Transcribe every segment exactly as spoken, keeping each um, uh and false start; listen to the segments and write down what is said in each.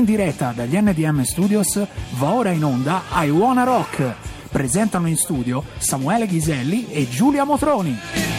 In diretta dagli N D M Studios va ora in onda I Wanna Rock. Presentano in studio Samuele Ghiselli e Giulia Motroni.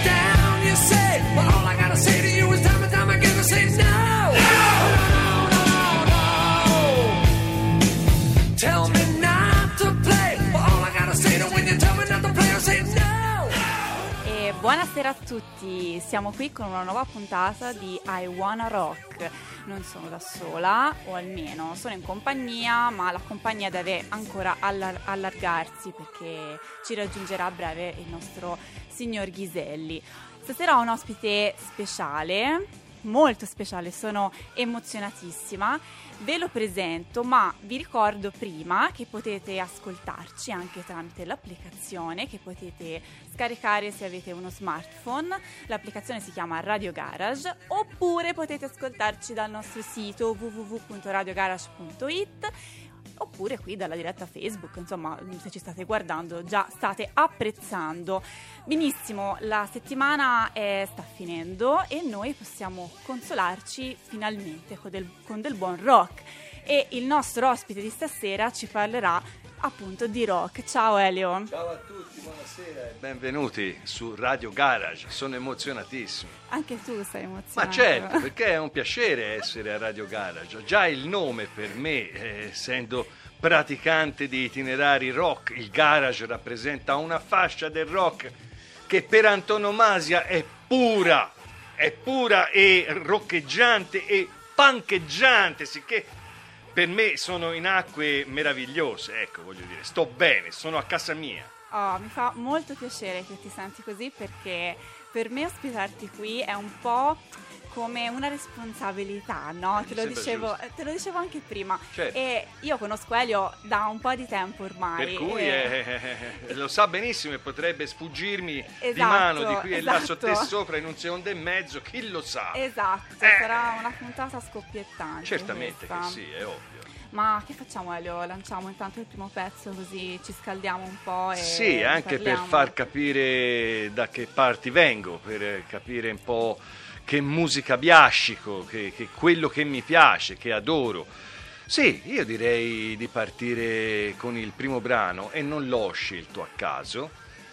Buonasera a tutti, siamo qui con una nuova puntata di I Wanna Rock. Non sono da sola, o almeno sono in compagnia, ma la compagnia deve ancora allar- allargarsi perché ci raggiungerà a breve il nostro signor Ghiselli. Stasera ho un ospite speciale, molto speciale, sono emozionatissima. Ve lo presento, ma vi ricordo prima che potete ascoltarci anche tramite l'applicazione che potete scaricare se avete uno smartphone. L'applicazione si chiama Radio Garage, oppure potete ascoltarci dal nostro sito w w w punto radio garage punto i t, oppure qui dalla diretta Facebook. Insomma, se ci state guardando già state apprezzando. Benissimo, la settimana è, sta finendo e noi possiamo consolarci finalmente con del, con del buon rock, e il nostro ospite di stasera ci parlerà appunto di rock. Ciao Elio. Ciao a tutti, buonasera e benvenuti su Radio Garage. Sono emozionatissimo. Anche tu sei emozionato. Ma certo, perché è un piacere essere a Radio Garage. Già il nome per me, eh, essendo praticante di itinerari rock, il garage rappresenta una fascia del rock che per antonomasia è pura, è pura e roccheggiante e pancheggiante, sicché per me sono in acque meravigliose, ecco, voglio dire, sto bene, sono a casa mia. Oh, mi fa molto piacere che ti senti così, perché per me ospitarti qui è un po' come una responsabilità, no? Te lo dicevo, te lo dicevo anche prima. Certo. E io conosco Elio da un po' di tempo ormai. Per cui e... eh, lo sa benissimo e potrebbe sfuggirmi esatto, di mano di qui esatto. e là su te sopra in un secondo e mezzo, chi lo sa? Esatto, eh. sarà una puntata scoppiettante. Certamente questa. che sì, è ovvio. Ma che facciamo Elio? Lanciamo intanto il primo pezzo così ci scaldiamo un po' e sì, anche parliamo. per far capire da che parti vengo, per capire un po' che musica biascico, che, che quello che mi piace, che adoro. Sì, io direi di partire con il primo brano e non l'ho scelto a caso.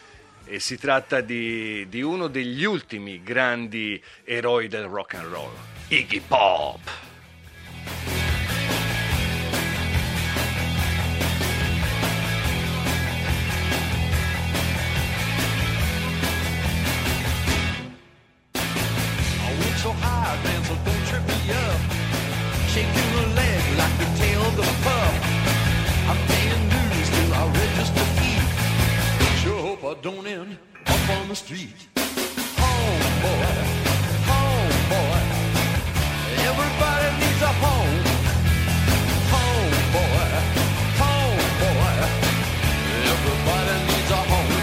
E si tratta di, di uno degli ultimi grandi eroi del rock and roll, Iggy Pop. So high, man, so don't trip me up. Shake your leg like the tail of a pup. I'm paying dues till I register fee. Sure hope I don't end up on the street. Home, boy, home, boy. Everybody needs a home. Home, boy, home, boy. Everybody needs a home.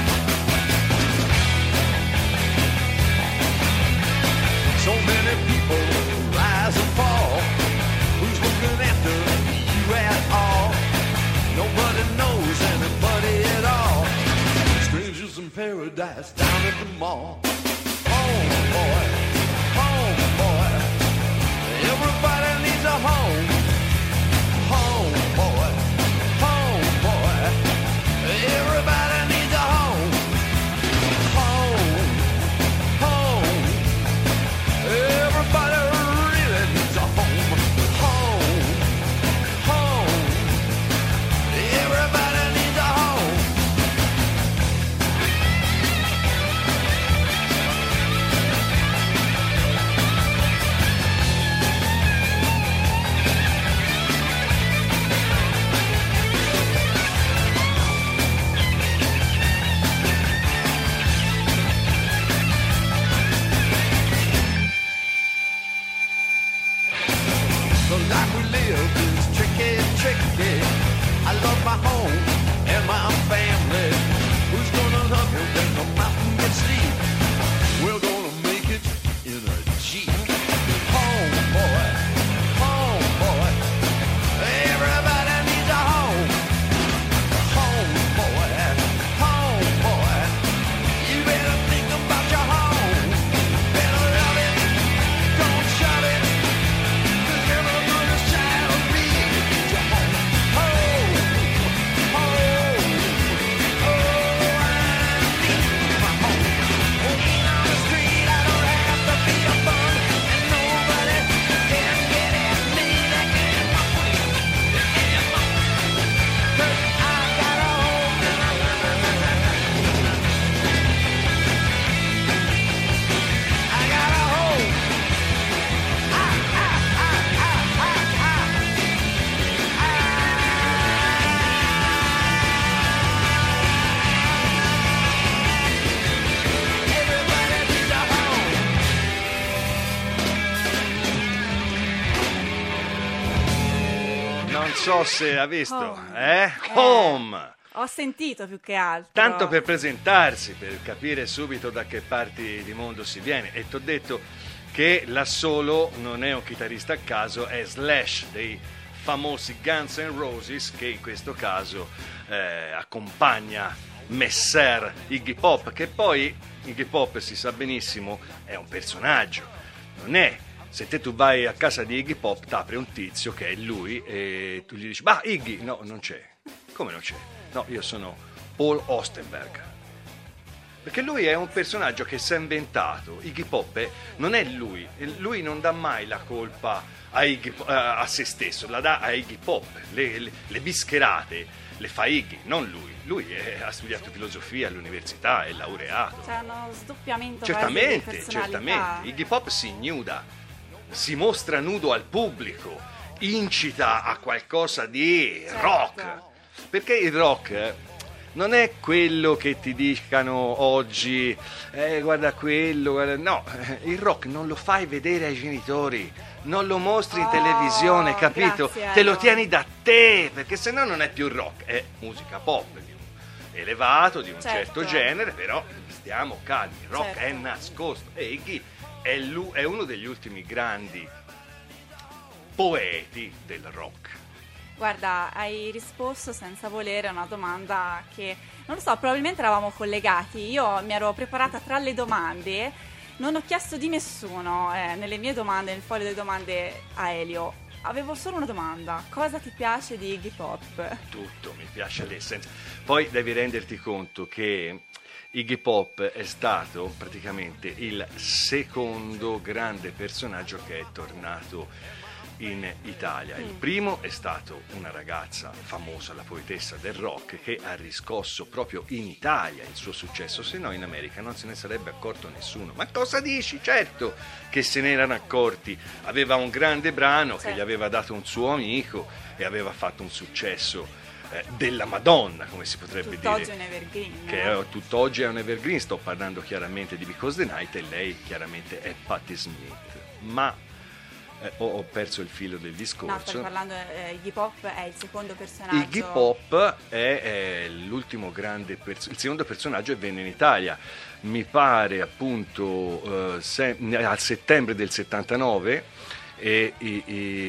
So many people rise and fall. Who's looking after you at all? Nobody knows anybody at all. Strangers in paradise down at the mall. Home, boy, home, boy. Everybody needs a home. Home, boy, home, boy. Everybody needs a home. Home, home. Everybody really needs a home. Home, home. Everybody needs a home. so se ha visto, Home. eh? Eh. Home! Ho sentito più che altro. Tanto per presentarsi, per capire subito da che parti di mondo si viene. E ti ho detto che l'assolo non è un chitarrista a caso, è Slash dei famosi Guns N' Roses, che in questo caso eh, accompagna Messer Iggy Pop, che poi Iggy Pop, si sa benissimo, è un personaggio, non è. Se te tu vai a casa di Iggy Pop, t'apre un tizio che è lui e tu gli dici: "Ma Iggy", no, non c'è. Come non c'è? No, io sono Paul Ostenberg. Perché lui è un personaggio che si è inventato. Iggy Pop è, non è lui, lui non dà mai la colpa a, Iggy, a, a se stesso, la dà a Iggy Pop. Le, le, le bischerate le fa Iggy, non lui. Lui è, ha studiato filosofia all'università, è laureato. C'è uno sdoppiamento Certamente, quasi di personalità. certamente. Iggy Pop si ignuda, si mostra nudo al pubblico, incita a qualcosa di Certo. rock. Perché il rock eh, non è quello che ti dicano oggi, eh, guarda quello, guarda... no, il rock non lo fai vedere ai genitori, non lo mostri in Oh, televisione, capito? grazie, Te lo Elio. tieni da te, perché sennò non è più rock, è musica pop, di un elevato, di un Certo. certo genere, però stiamo calmi, il rock Certo. è nascosto. E Iggy è, lu- è uno degli ultimi grandi poeti del rock. Guarda, hai risposto senza volere a una domanda che, non lo so, probabilmente eravamo collegati. Io mi ero preparata tra le domande, non ho chiesto di nessuno eh, nelle mie domande, nel foglio delle domande a Elio. Avevo solo una domanda: cosa ti piace di Iggy Pop? Tutto, mi piace l'essenza. Poi devi renderti conto che Iggy Pop è stato praticamente il secondo grande personaggio che è tornato in Italia. Il primo è stato una ragazza famosa, la poetessa del rock, che ha riscosso proprio in Italia il suo successo, se no in America non se ne sarebbe accorto nessuno. Ma cosa dici? Certo che se ne erano accorti. Aveva un grande brano che Certo. gli aveva dato un suo amico e aveva fatto un successo eh, della Madonna, come si potrebbe Tutt'oggi dire. è un evergreen. Che è, tutt'oggi è un evergreen. Sto parlando chiaramente di Because the Night e lei chiaramente è Patti Smith. Ma eh, ho, ho perso il filo del No, discorso. stavi parlando, eh, Iggy Pop è il secondo personaggio. Iggy Pop è, è l'ultimo grande pers- il secondo personaggio e venne in Italia, mi pare appunto eh, se- a settembre del settantanove, e, e-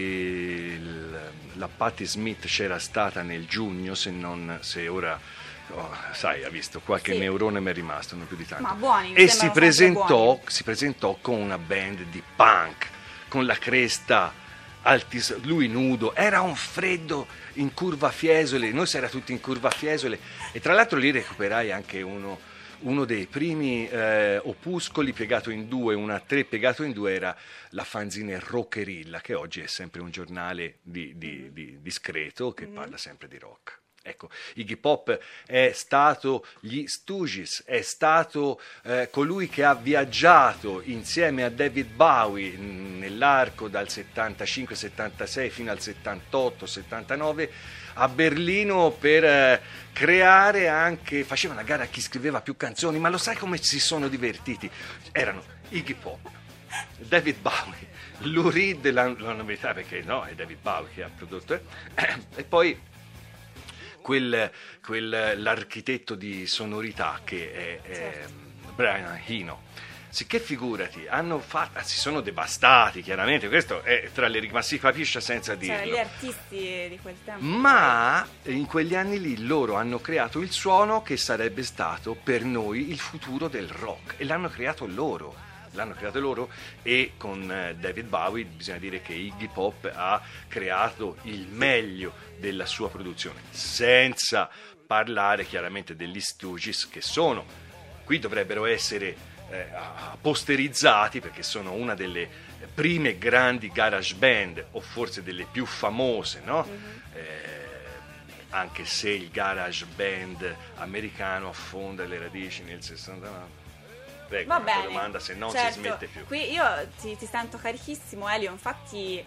e il- la Patti Smith c'era stata nel giugno, se non se ora oh, sai, ha visto qualche Sì. neurone mi è rimasto, non più di tanto. Ma buoni, mi e sembrano si sempre presentò, buoni. si presentò con una band di punk, con la cresta altis- lui nudo, era un freddo in curva Fiesole, noi si era tutti in curva Fiesole, e tra l'altro lì recuperai anche uno, uno dei primi eh, opuscoli piegato in due, una tre piegato in due, era la fanzine Rockerilla, che oggi è sempre un giornale di, di- di- discreto che parla sempre di rock. Ecco, Iggy Pop è stato gli Stooges, è stato eh, colui che ha viaggiato insieme a David Bowie mh, nell'arco dal settantacinque settantasei fino al settantotto settantanove a Berlino per eh, creare anche, faceva una gara a chi scriveva più canzoni, ma lo sai come si sono divertiti? Erano Iggy Pop, David Bowie, Lou Reed, la, la novità, perché no, è David Bowie che ha prodotto, eh, e poi Quel, quel, l'architetto di sonorità che è, è Certo. Brian Eno. Sicché figurati, hanno fatto, si sono devastati chiaramente, questo è tra le rig- ma si capisce senza Cioè, dirlo. gli artisti di quel tempo. Ma in quegli anni lì loro hanno creato il suono che sarebbe stato per noi il futuro del rock, e l'hanno creato loro. L'hanno creato loro, e con eh, David Bowie bisogna dire che Iggy Pop ha creato il meglio della sua produzione, senza parlare chiaramente degli Stooges, che sono, qui dovrebbero essere eh, posterizzati, perché sono una delle prime grandi garage band, o forse delle più famose, no? Eh, anche se il garage band americano affonda le radici nel sessantanove. Prego, Va un'altra bene, domanda, se non certo. si smette più. Qui io ti, ti sento carichissimo, Elio, infatti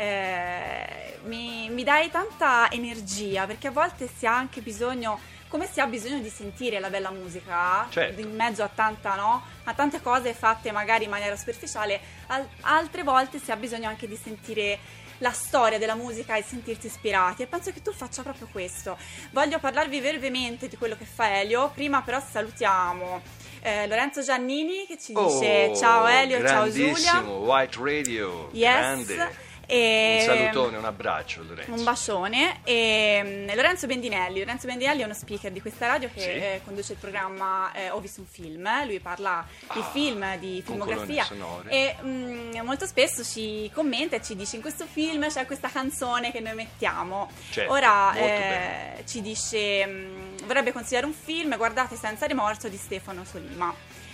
eh, mi, mi dai tanta energia, perché a volte si ha anche bisogno, come si ha bisogno di sentire la bella musica, Certo. in mezzo a tanta, no? A tante cose fatte magari in maniera superficiale, al- altre volte si ha bisogno anche di sentire la storia della musica e sentirsi ispirati, e penso che tu faccia proprio questo. Voglio parlarvi brevemente di quello che fa Elio, prima però salutiamo eh, Lorenzo Giannini che ci dice Oh, ciao Elio, ciao Giulia. grandissimo, White Radio, Yes. grande. E Un salutone, un abbraccio Lorenzo. un bacione. E mm, Lorenzo Bendinelli Lorenzo Bendinelli è uno speaker di questa radio che Sì. eh, conduce il programma eh, Ho visto un film, eh. Lui parla di Ah, film, di con filmografia, colonne sonore. e mm, molto spesso ci commenta e ci dice: in questo film c'è questa canzone che noi mettiamo. Certo, Ora molto eh, bene. ci dice mm, vorrebbe consigliare un film, guardate Senza rimorso di Stefano Solima.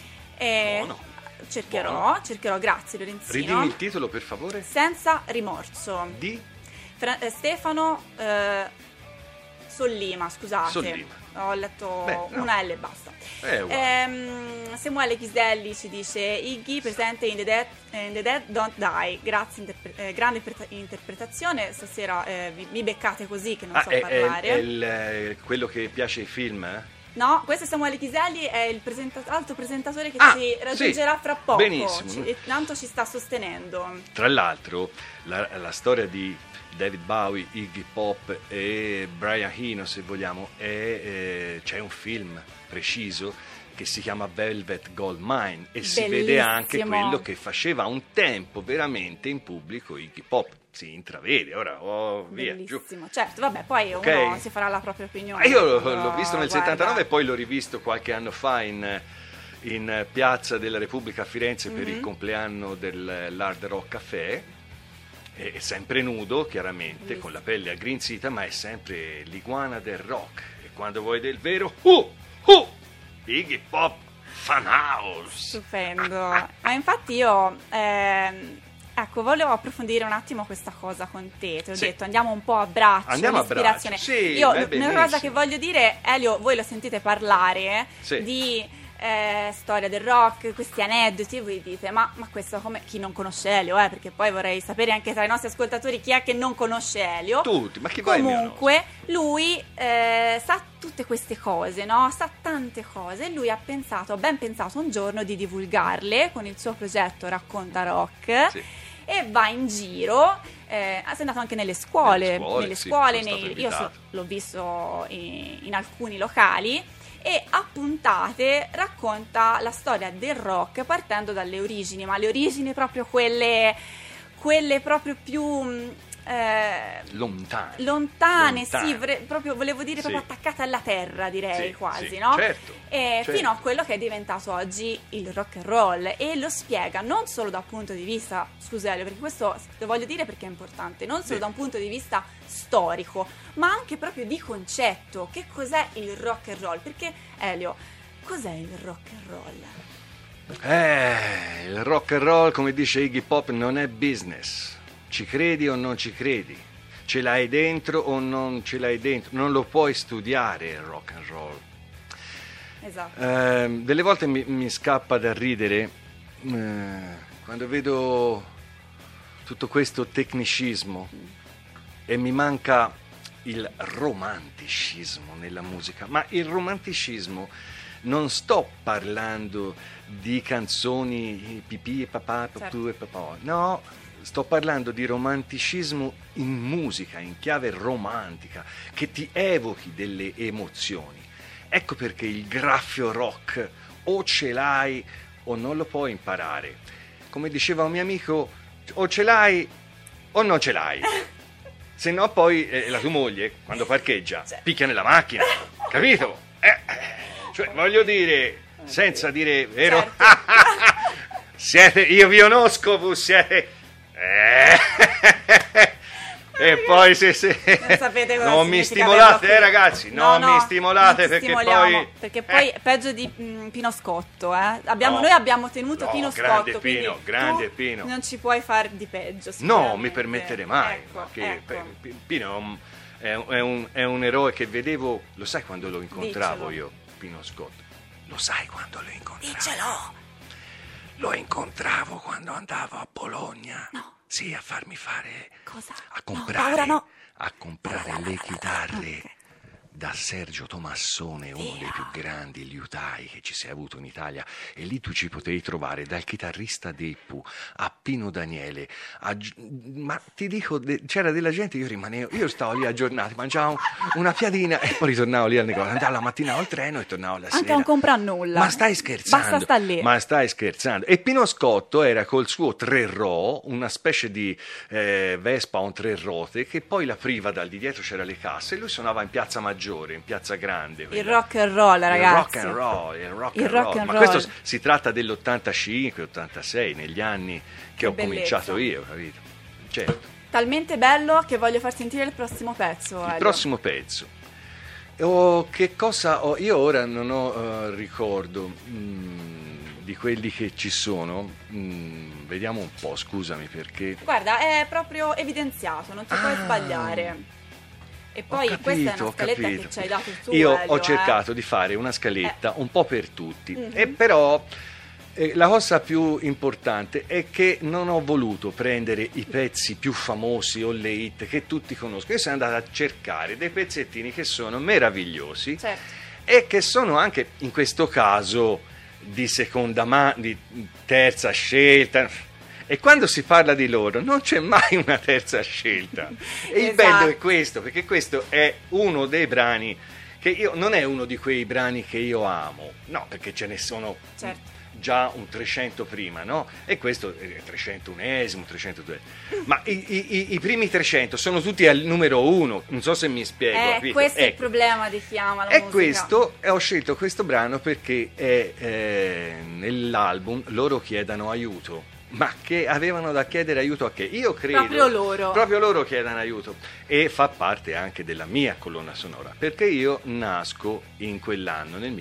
E Buono. cercherò Buono. cercherò grazie Lorenzino. Ridimmi il titolo per favore. Senza rimorso. Di Fra- eh, Stefano eh, Sollima, scusate. Sollima. Ho letto Beh, no. una L e basta. Eh, uguale. Ehm, Samuele Chiselli ci dice: Iggy presente in The Dead, in The Dead Don't Die. Grazie, interpre- eh, grande interpre- interpretazione. Stasera eh, vi, mi beccate così che non Ah, so è, è- parlare. è il, eh, quello che piace ai film, eh? No, questo è Samuele Chiselli, è il presenta- alto presentatore che Ah, ci raggiungerà sì, fra poco. benissimo. Ci, e tanto ci sta sostenendo. Tra l'altro, la, la storia di David Bowie, Iggy Pop e Brian Eno, se vogliamo, è, eh, c'è un film preciso che si chiama Velvet Goldmine e si vede anche Bellissimo. quello che faceva un tempo veramente in pubblico Iggy Pop. Si intravede, ora oh, via, giù. Bellissimo. Certo, vabbè, poi Ok. uno si farà la propria opinione. Ah, io l'ho, Però, l'ho visto nel guarda, settantanove e poi l'ho rivisto qualche anno fa in, in Piazza della Repubblica a Firenze per Mhm. il compleanno dell'Hard Rock Café. È sempre nudo, chiaramente, Bellissimo. con la pelle aggrinzita, ma è sempre l'iguana del rock. E quando vuoi del vero, uh, uh, Iggy Pop Fan House. Stupendo. Ma infatti io... ehm, Ecco, volevo approfondire un attimo questa cosa con te. Ti ho Sì. detto, andiamo un po' a braccio, Andiamo a l'ispirazione. braccio, sì, Io, beh, una benissimo. cosa che voglio dire, Elio, voi lo sentite parlare Sì. di eh, storia del rock, questi aneddoti, e voi dite, ma, ma questo come chi non conosce Elio, eh? Perché poi vorrei sapere anche tra i nostri ascoltatori chi è che non conosce Elio. Tutti, ma chi va in mio Comunque, lui eh, sa tutte queste cose, no? Sa tante cose, e lui ha pensato, ha ben pensato un giorno di divulgarle con il suo progetto Racconta Rock. Sì. E va in giro, eh, sei andato anche nelle scuole, Nelle scuole, nelle sì, scuole, sono stato nei- io so- invitato. l'ho visto in, in alcuni locali, e a puntate racconta la storia del rock partendo dalle origini, ma le origini proprio quelle, quelle proprio più mh, eh, Lontane. lontane, Lontane. sì, vre- proprio volevo dire Sì. proprio attaccate alla terra, direi Sì, quasi, sì, no? certo, E certo. fino a quello che è diventato oggi il rock and roll, e lo spiega non solo da un punto di vista, scusa Elio, perché questo lo voglio dire perché è importante, non solo Sì. da un punto di vista storico, ma anche proprio di concetto. Che cos'è il rock and roll? Perché Elio, cos'è il rock and roll? Eh, il rock and roll, come dice Iggy Pop, non è business. Ci credi o non ci credi? Ce l'hai dentro o non ce l'hai dentro? Non lo puoi studiare il rock and roll. Esatto. Eh, delle volte mi, mi scappa da ridere eh, quando vedo tutto questo tecnicismo e mi manca il romanticismo nella musica. Ma il romanticismo, non sto parlando di canzoni pipì e papà, papù Certo. e papà, no, sto parlando di romanticismo in musica, in chiave romantica, che ti evochi delle emozioni. Ecco perché il graffio rock o ce l'hai o non lo puoi imparare. Come diceva un mio amico, o ce l'hai o non ce l'hai. Se no poi eh, la tua moglie, quando parcheggia, Cioè. picchia nella macchina, capito? Eh, eh, cioè, voglio dire, senza dire vero, Certo. siete, io vi conosco, voi siete... Eh. E poi se, se Non sapete cosa non mi significa stimolate, averlo eh, qui. ragazzi, No, non no, mi stimolate non ti perché stimoliamo, poi perché poi eh, è peggio di mm, Pino Scotto, eh. Abbiamo- No. noi abbiamo tenuto No, Pino grande Scotto, Pino, quindi grande tu Pino. non ci puoi far di peggio, no, sicuramente. mi permetterei mai, Ecco, perché ecco. P- Pino è un, è un- è un- è un eroe che vedevo, lo sai quando lo incontravo Diccelo. io, Pino Scotto? Lo sai quando lo incontravo? Diccelo. Lo incontravo quando andavo a Bologna. No. Sì, a farmi fare... Cosa? A No, comprare, paura no. a comprare Paura, le paura, chitarre ok. da Sergio Tomassone, uno dei più grandi liutai che ci sia avuto in Italia, e lì tu ci potevi trovare dal chitarrista dei Pooh a Pino Daniele, a Gi- ma ti dico, de- c'era della gente, io rimanevo, io stavo lì a giornate, mangiavo una piadina e poi ritornavo lì al negozio, andavo la mattina al treno e tornavo la Anche sera. a non comprare nulla. Ma stai scherzando? Basta sta lì. Ma stai scherzando? E Pino Scotto era col suo tre ro, una specie di eh, Vespa on tre ruote, che poi l'apriva dal di dietro, c'era le casse, e lui suonava in Piazza Maggiore, in Piazza Grande. Il quella. rock and roll, ragazzi. Il rock and roll, il rock Il and rock roll. and Ma roll. questo si tratta dell'ottantacinque ottantasei, negli anni che, Che ho bellezza. cominciato io, capito? Certo. Talmente bello che voglio far sentire il prossimo pezzo. Il Elio. prossimo pezzo. Oh, che cosa ho? Io ora non ho eh, ricordo mm, di quelli che ci sono. Mm, vediamo un po', scusami perché. Guarda, è proprio evidenziato, non ti puoi Ah. sbagliare. E poi Ho capito, questa è una ho scaletta capito. che ci hai dato tu. Io Elio, ho eh. cercato di fare una scaletta un po' per tutti, Mhm. e però eh, la cosa più importante è che non ho voluto prendere i pezzi più famosi o le hit che tutti conoscono. Io sono andato a cercare dei pezzettini che sono meravigliosi Certo. e che sono anche in questo caso di seconda mano, di terza scelta. E quando si parla di loro non c'è mai una terza scelta. E il Esatto. bello è questo, perché questo è uno dei brani che io, non è uno di quei brani che io amo, no, perché ce ne sono Certo. già un trecento prima, no? E questo è il trecentounesimo, trecentodue. Ma i, i- i- i primi trecento sono tutti al numero uno, non so se mi spiego. Eh, capito? questo è il Ecco. problema di chi ama la E musica. questo, e ho scelto questo brano perché è eh, nell'album Loro chiedano aiuto. Ma che avevano da chiedere aiuto a che? Io credo. Proprio loro. Proprio loro chiedano aiuto. E fa parte anche della mia colonna sonora. Perché io nasco in quell'anno, nel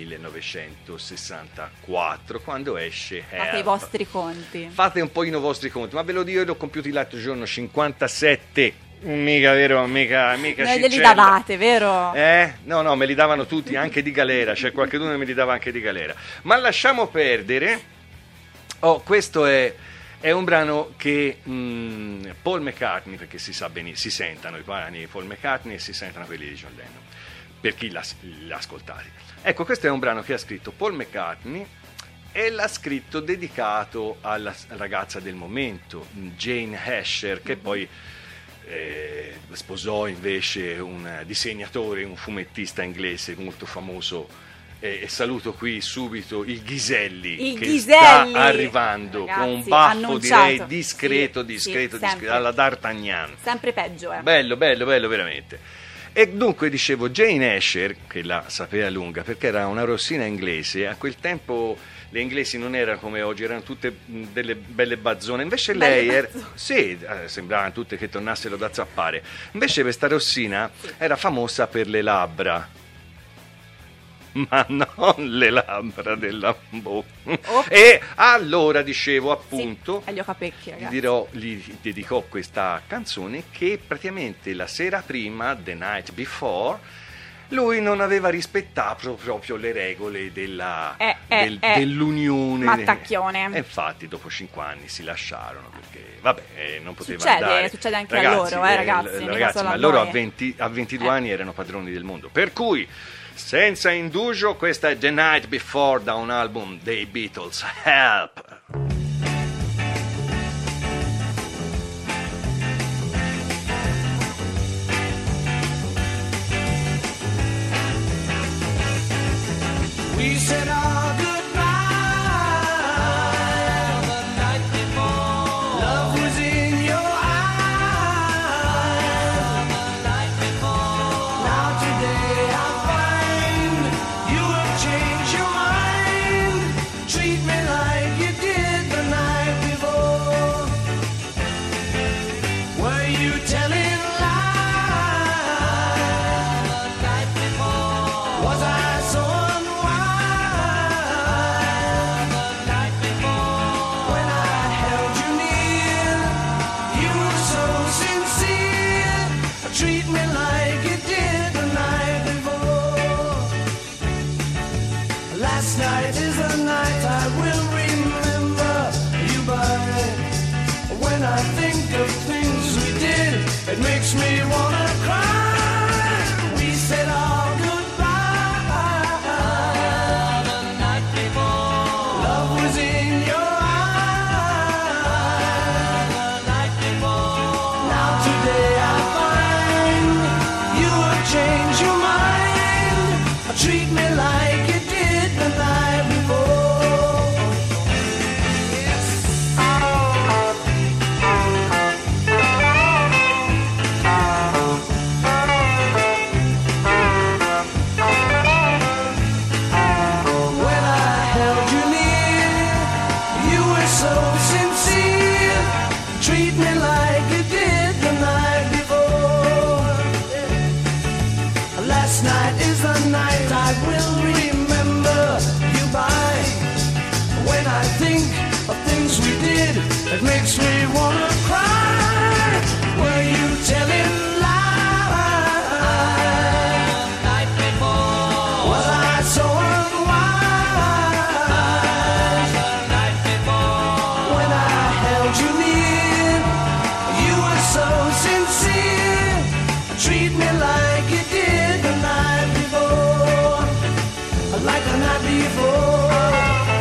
millenovecentosessantaquattro, quando esce Fate Help. i vostri conti. Fate un po' i vostri conti, ma ve lo dico, io l'ho compiuti l'altro giorno, cinquantasette. Mica vero, mica, mica Noi glieli ciccella. davate, vero? Eh? No, no, me li davano tutti, anche di galera, c'è qualcuno che me li dava anche di galera. Ma lasciamo perdere. Oh, questo è, è un brano che mh, Paul McCartney, perché si sa benissimo, si sentono i brani di Paul McCartney e si sentono quelli di John Lennon, per chi l'ha, l'ha ascoltati. Ecco, questo è un brano che ha scritto Paul McCartney e l'ha scritto dedicato alla ragazza del momento, Jane Asher, che poi eh, sposò invece un disegnatore, un fumettista inglese molto famoso, e, e saluto qui subito il Ghiselli, Il che sta sta arrivando, ragazzi, con un baffo annunciato. direi discreto, Sì, discreto, sì, discreto, sempre. alla D'Artagnan. Sempre peggio, eh. Bello, bello, bello veramente. E dunque dicevo, Jane Asher, che la sapeva lunga perché era una rossina inglese, a quel tempo le inglesi non erano come oggi, erano tutte mh, delle belle bazzone, invece Belle lei era, bazzone. sì, eh, sembravano tutte che tornassero da zappare, invece questa rossina era famosa per le labbra, ma non le labbra della bocca. Oh. E allora dicevo appunto, Sì, Elio Capecchi, gli, ragazzi. dirò, gli dedicò questa canzone che praticamente la sera prima, The Night Before, lui non aveva rispettato proprio le regole della, Eh, eh, del- eh. dell'unione. Mattacchione. E infatti dopo cinque anni si lasciarono perché, vabbè, eh, non poteva Succede, andare. succede anche a loro, eh, ragazzi, l- mica ragazzi, solo ma a loro noi. a, venti, a ventidue Eh. anni erano padroni del mondo. Per cui, senza indugio, questa è The Night Before da un album dei Beatles, Help! We said our goodbye the night before. Love was in your eyes the night before. Now today I find you have changed your mind. Treat me like you did the night before. Were you telling lies the night before? Was I so treat me like you did the night before. Last night is the night I will remember you by. When I think of things we did, it makes me wanna cry. We said all good. like the night before.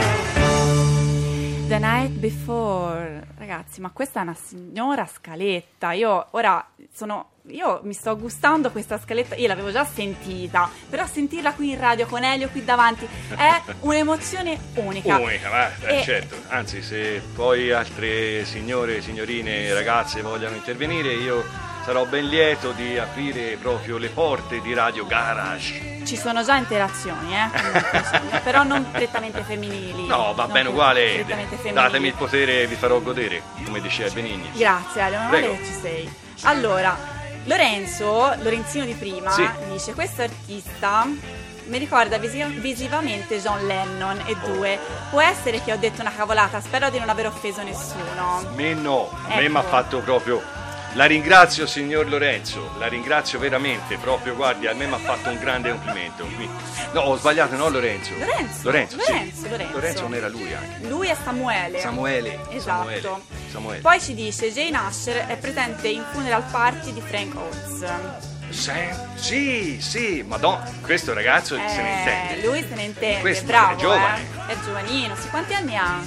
The Night Before. Ragazzi, ma questa è una signora scaletta. Io ora sono... Io mi sto gustando questa scaletta. Io l'avevo già sentita, però sentirla qui in radio con Elio qui davanti è un'emozione unica. Unica, ma eh, E- certo. Anzi, se poi altre signore, signorine, ragazze vogliono intervenire, io sarò ben lieto di aprire proprio le porte di Radio Garage. Ci sono già interazioni, eh? Però non prettamente femminili. No, va Non bene uguale. prettamente femminili. Datemi il potere, vi farò godere, come diceva Benigni. Grazie Ale, meno male Prego. che ci sei. Allora, Lorenzo, Lorenzino di prima, Sì. dice: questo artista mi ricorda visi- visivamente John Lennon e due. Può essere che ho detto una cavolata, spero di non aver offeso nessuno. Me no, a me Ecco. mi ha fatto proprio... La ringrazio signor Lorenzo, la ringrazio veramente, proprio guardi, a me mi ha fatto un grande complimento. Mi- No, ho sbagliato, no Lorenzo? Lorenzo, Lorenzo, sì. Lorenzo, Lorenzo. Lorenzo non era lui anche. Lui è Samuele. Samuele. Esatto. Samuele. Samuele. Poi ci dice: Jane Asher è presente in Funeral Party di Frank Oates. Se- Sì, sì, madonna, questo ragazzo se ne Eh, intende. lui se ne intende, Questo bravo, è giovane. eh. È giovanino. Sì, quanti anni ha?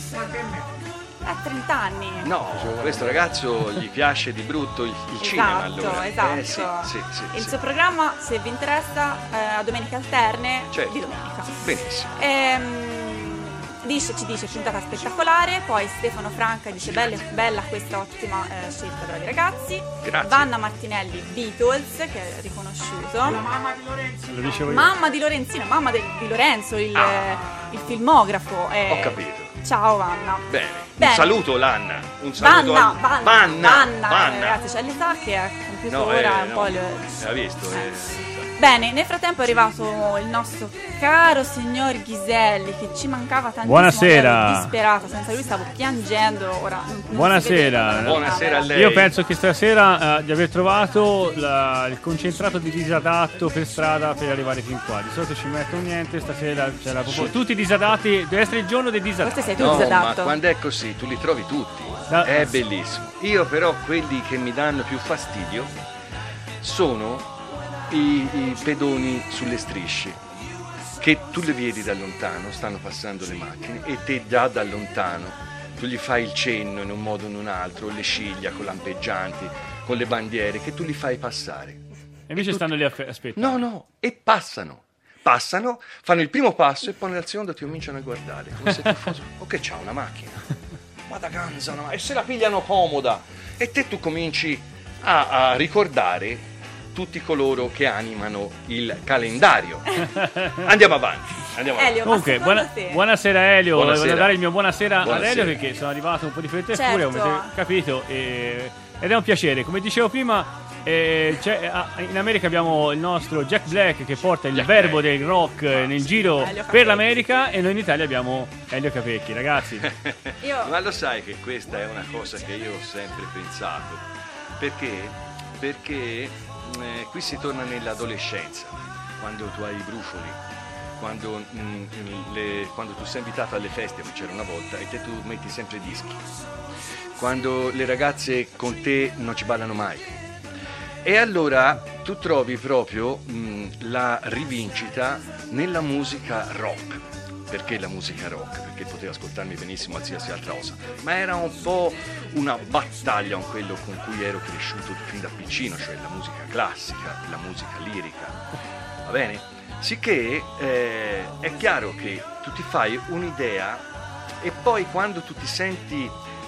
Ha trenta anni. No, questo ragazzo gli piace di brutto il, il cinema Esatto, allora. esatto. Eh, sì, sì, sì, Il sì. suo programma, se vi interessa, eh, a domeniche alterne Certo. di domenica. Benissimo. Ehm, dice, ci dice puntata spettacolare. Poi Stefano Franca dice bella, bella questa ottima eh, scelta, bravi ragazzi. Grazie. Vanna Martinelli, Beatles, che è riconosciuto. Lo dicevo io. Mamma di Lorenzino, mamma del- di Lorenzo, il, eh, il filmografo. eh. Ho capito. Ciao Vanna. Bene. Bene. Un saluto Lanna. Un saluto Vanna, a Vanna, Vanna. Vanna, Vanna. eh, ragazzi, c'è l'età che è compiuta No, ora, eh, è un no. po' il... Ha visto? eh. Bene, nel frattempo è arrivato il nostro caro signor Ghiselli, che ci mancava tantissimo. Buonasera. Ero disperata, senza lui stavo piangendo. Ora non- non si Buonasera. vede dalla Buonasera a camera. lei. Io penso che stasera eh, di aver trovato la- il concentrato di disadatto per strada per arrivare fin qua. Di solito ci metto niente, stasera c'era proprio tutti disadatti. Deve essere il giorno dei Forse disadatti. sei tu No, ma disadatto. quando è così tu li trovi tutti. Da- È bellissimo. Io però quelli che mi danno più fastidio sono i, i pedoni sulle strisce, che tu le vedi da lontano, stanno passando le macchine e te già da lontano tu gli fai il cenno in un modo o in un altro, le ciglia con lampeggianti, con le bandiere, che tu li fai passare. E invece stanno lì a fe- aspettare. No, no, e passano. Passano, fanno il primo passo e poi nel secondo ti cominciano a guardare come se tu fossi... O che c'ha una macchina? Ma da ganza, no? E se la pigliano comoda. E te tu cominci a, a ricordare tutti coloro che animano il calendario. Andiamo avanti. Andiamo avanti. Elio, Comunque, ma secondo buona- te? buonasera Elio, Buonasera. voglio dare il mio buonasera, ad Buonasera. Elio perché sono arrivato un po' di fretta e Certo. furia, come avete capito, e- ed è un piacere. Come dicevo prima, eh, c'è- ah, in America abbiamo il nostro Jack Black che porta il Jack verbo Black. del rock eh, nel giro Elio per Capecchi. l'America, e noi in Italia abbiamo Elio Capecchi, ragazzi. Io... Ma lo sai che questa è una cosa che io ho sempre pensato. Perché? Perché eh, qui si torna nell'adolescenza, quando tu hai i brufoli, quando, mm, le- quando tu sei invitato alle feste, come c'era una volta, e te tu metti sempre dischi. Quando le ragazze con te non ci ballano mai. E allora tu trovi proprio mh, la rivincita nella musica rock. Perché la musica rock? Perché potevo ascoltarmi benissimo qualsiasi altra cosa, ma era un po' una battaglia con quello con cui ero cresciuto fin da piccino, cioè la musica classica, la musica lirica, va bene? Sicché eh, è chiaro che tu ti fai un'idea e poi quando tu ti senti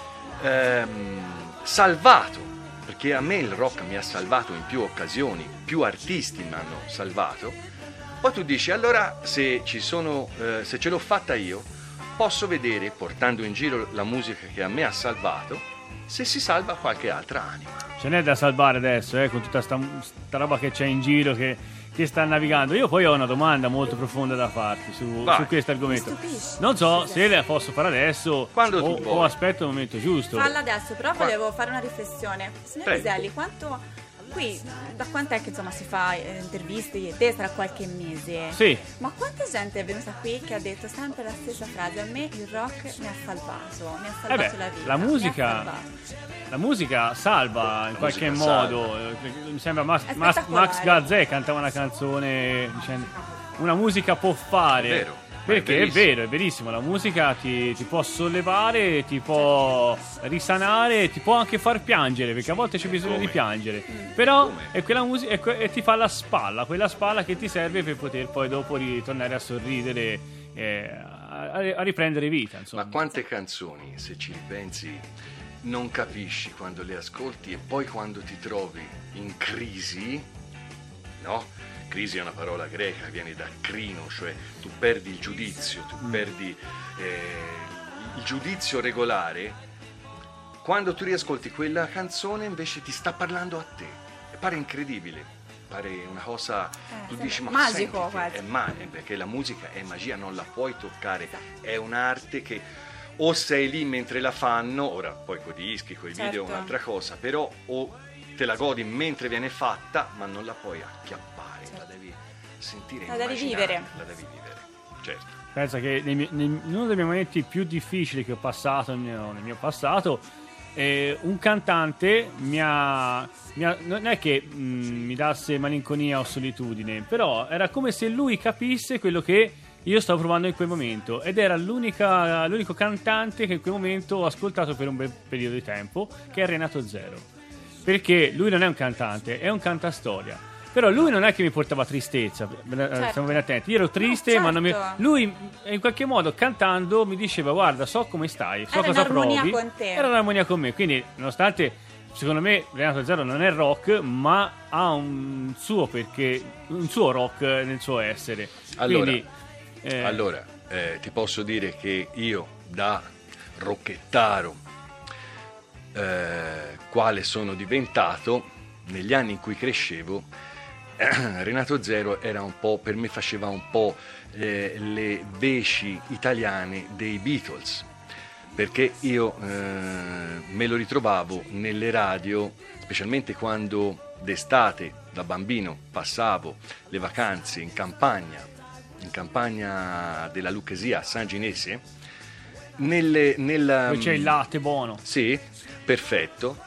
ehm, salvato, perché a me il rock mi ha salvato in più occasioni, più artisti mi hanno salvato. Poi tu dici, allora se ci sono, eh, se ce l'ho fatta io, posso vedere, portando in giro la musica che a me ha salvato, se si salva qualche altra anima. Ce n'è da salvare adesso, eh, con tutta sta, sta roba che c'è in giro che, che sta navigando. Io poi ho una domanda molto profonda da farti su, Vai. su questo argomento. Mi stupisci. Non so se la posso fare adesso Quando tu o, vuoi. o aspetto il momento giusto. Falla adesso, però volevo fare una riflessione. Signor Prego. Ghiselli, quanto... Qui, da quant'è che insomma si fa eh, interviste io e te? Sarà qualche mese. Sì. Ma quanta gente è venuta qui che ha detto sempre la stessa frase? A me il rock mi ha salvato, mi ha Eh salvato beh, la vita. la mi ha musica, salvato. la musica salva in qualche musica modo. Eh, Mi sembra Max, È Max, spettacolare. Max Gazzè cantava una canzone dicendo una musica può fare. È vero. Perché è, è vero, è verissimo, la musica ti, ti può sollevare, ti può risanare, ti può anche far piangere, perché a volte c'è bisogno Come? di piangere. Però Come? è quella musica è que- e ti fa la spalla, quella spalla che ti serve per poter poi dopo ritornare a sorridere, eh, a, a riprendere vita, insomma. Ma quante canzoni, se ci pensi, non capisci quando le ascolti e poi quando ti trovi in crisi, no? Crisi è una parola greca, viene da crino, cioè tu perdi il giudizio, tu perdi eh, il giudizio regolare. Quando tu riascolti quella canzone invece ti sta parlando a te e pare incredibile, pare una cosa, Eh, tu sì, dici ma magico senti che quasi. è male, perché la musica è magia, non la puoi toccare, è un'arte che o sei lì mentre la fanno, ora poi coi dischi, coi video è Certo. un'altra cosa, però o te la godi mentre viene fatta, ma non la puoi acchiappare, la devi sentire, La devi immaginare, vivere. la devi vivere, certo. Pensa che nei miei- nei- in uno dei miei momenti più difficili che ho passato nel mio, nel mio passato, eh, un cantante mi ha, mi ha- non è che mh, mi dasse malinconia o solitudine, però era come se lui capisse quello che io stavo provando in quel momento, ed era l'unica, l'unico cantante che in quel momento ho ascoltato per un bel periodo di tempo, che è Renato Zero, perché lui non è un cantante, è un cantastoria. Però lui non è che mi portava tristezza, Certo. stiamo ben attenti. Io ero triste, No, ma non mi... certo. lui in qualche modo cantando mi diceva: guarda, so come stai, so Era cosa in armonia provi. con te. Era in armonia con me. Quindi, nonostante secondo me Renato Zero non è rock, ma ha un suo perché un suo rock nel suo essere. Allora, Quindi, eh, allora eh, ti posso dire che io da rocchettaro eh, quale sono diventato negli anni in cui crescevo, Renato Zero era un po', per me faceva un po' eh, le veci italiane dei Beatles, perché io eh, me lo ritrovavo nelle radio, specialmente quando d'estate da bambino passavo le vacanze in campagna, in campagna della Lucchesia a San Ginese, nelle, nella, poi c'è il latte buono. sì, perfetto.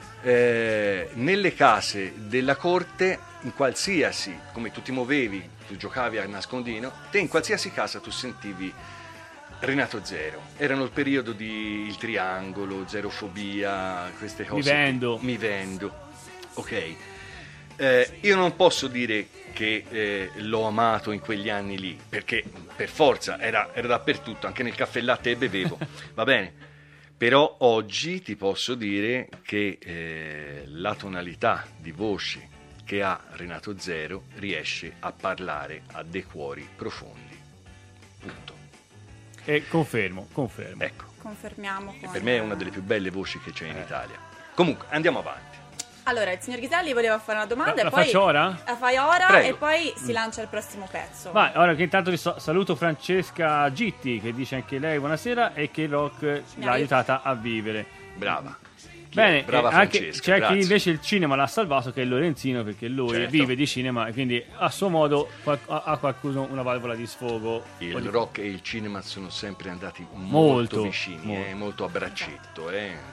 Eh, nelle case della corte, in qualsiasi, come tu ti muovevi, tu giocavi a nascondino, te in qualsiasi casa tu sentivi Renato Zero. Erano il periodo di Il Triangolo, Zerofobia, queste cose. Mi vendo. Mi vendo. Ok. Eh, io non posso dire che eh, l'ho amato in quegli anni lì, perché per forza era, era dappertutto, anche nel caffè latte e bevevo, va bene? Però oggi ti posso dire che eh, la tonalità di voce che ha Renato Zero riesce a parlare a dei cuori profondi. Punto. E confermo, confermo. Ecco, Confermiamo. e Con... per me è una delle più belle voci che c'è in Italia. Comunque, andiamo avanti. Allora, il signor Ghiselli voleva fare una domanda La- e la poi... faccio ora? La fai ora Prego. e poi si lancia il prossimo pezzo. Vai, ora che intanto ris- saluto Francesca Gitti, che dice anche lei buonasera e che il rock Mi l'ha ha- aiutata a vivere. Brava. Chi Bene, è? Brava eh, anche Francesca, c'è grazie. chi invece il cinema l'ha salvato, che è Lorenzino, perché lui Certo. vive di cinema e quindi a suo modo qual- ha ha qualcuno una valvola di sfogo. Il O di- rock e il cinema sono sempre andati molto, Molto, vicini, molto. eh, molto a braccetto. Eh.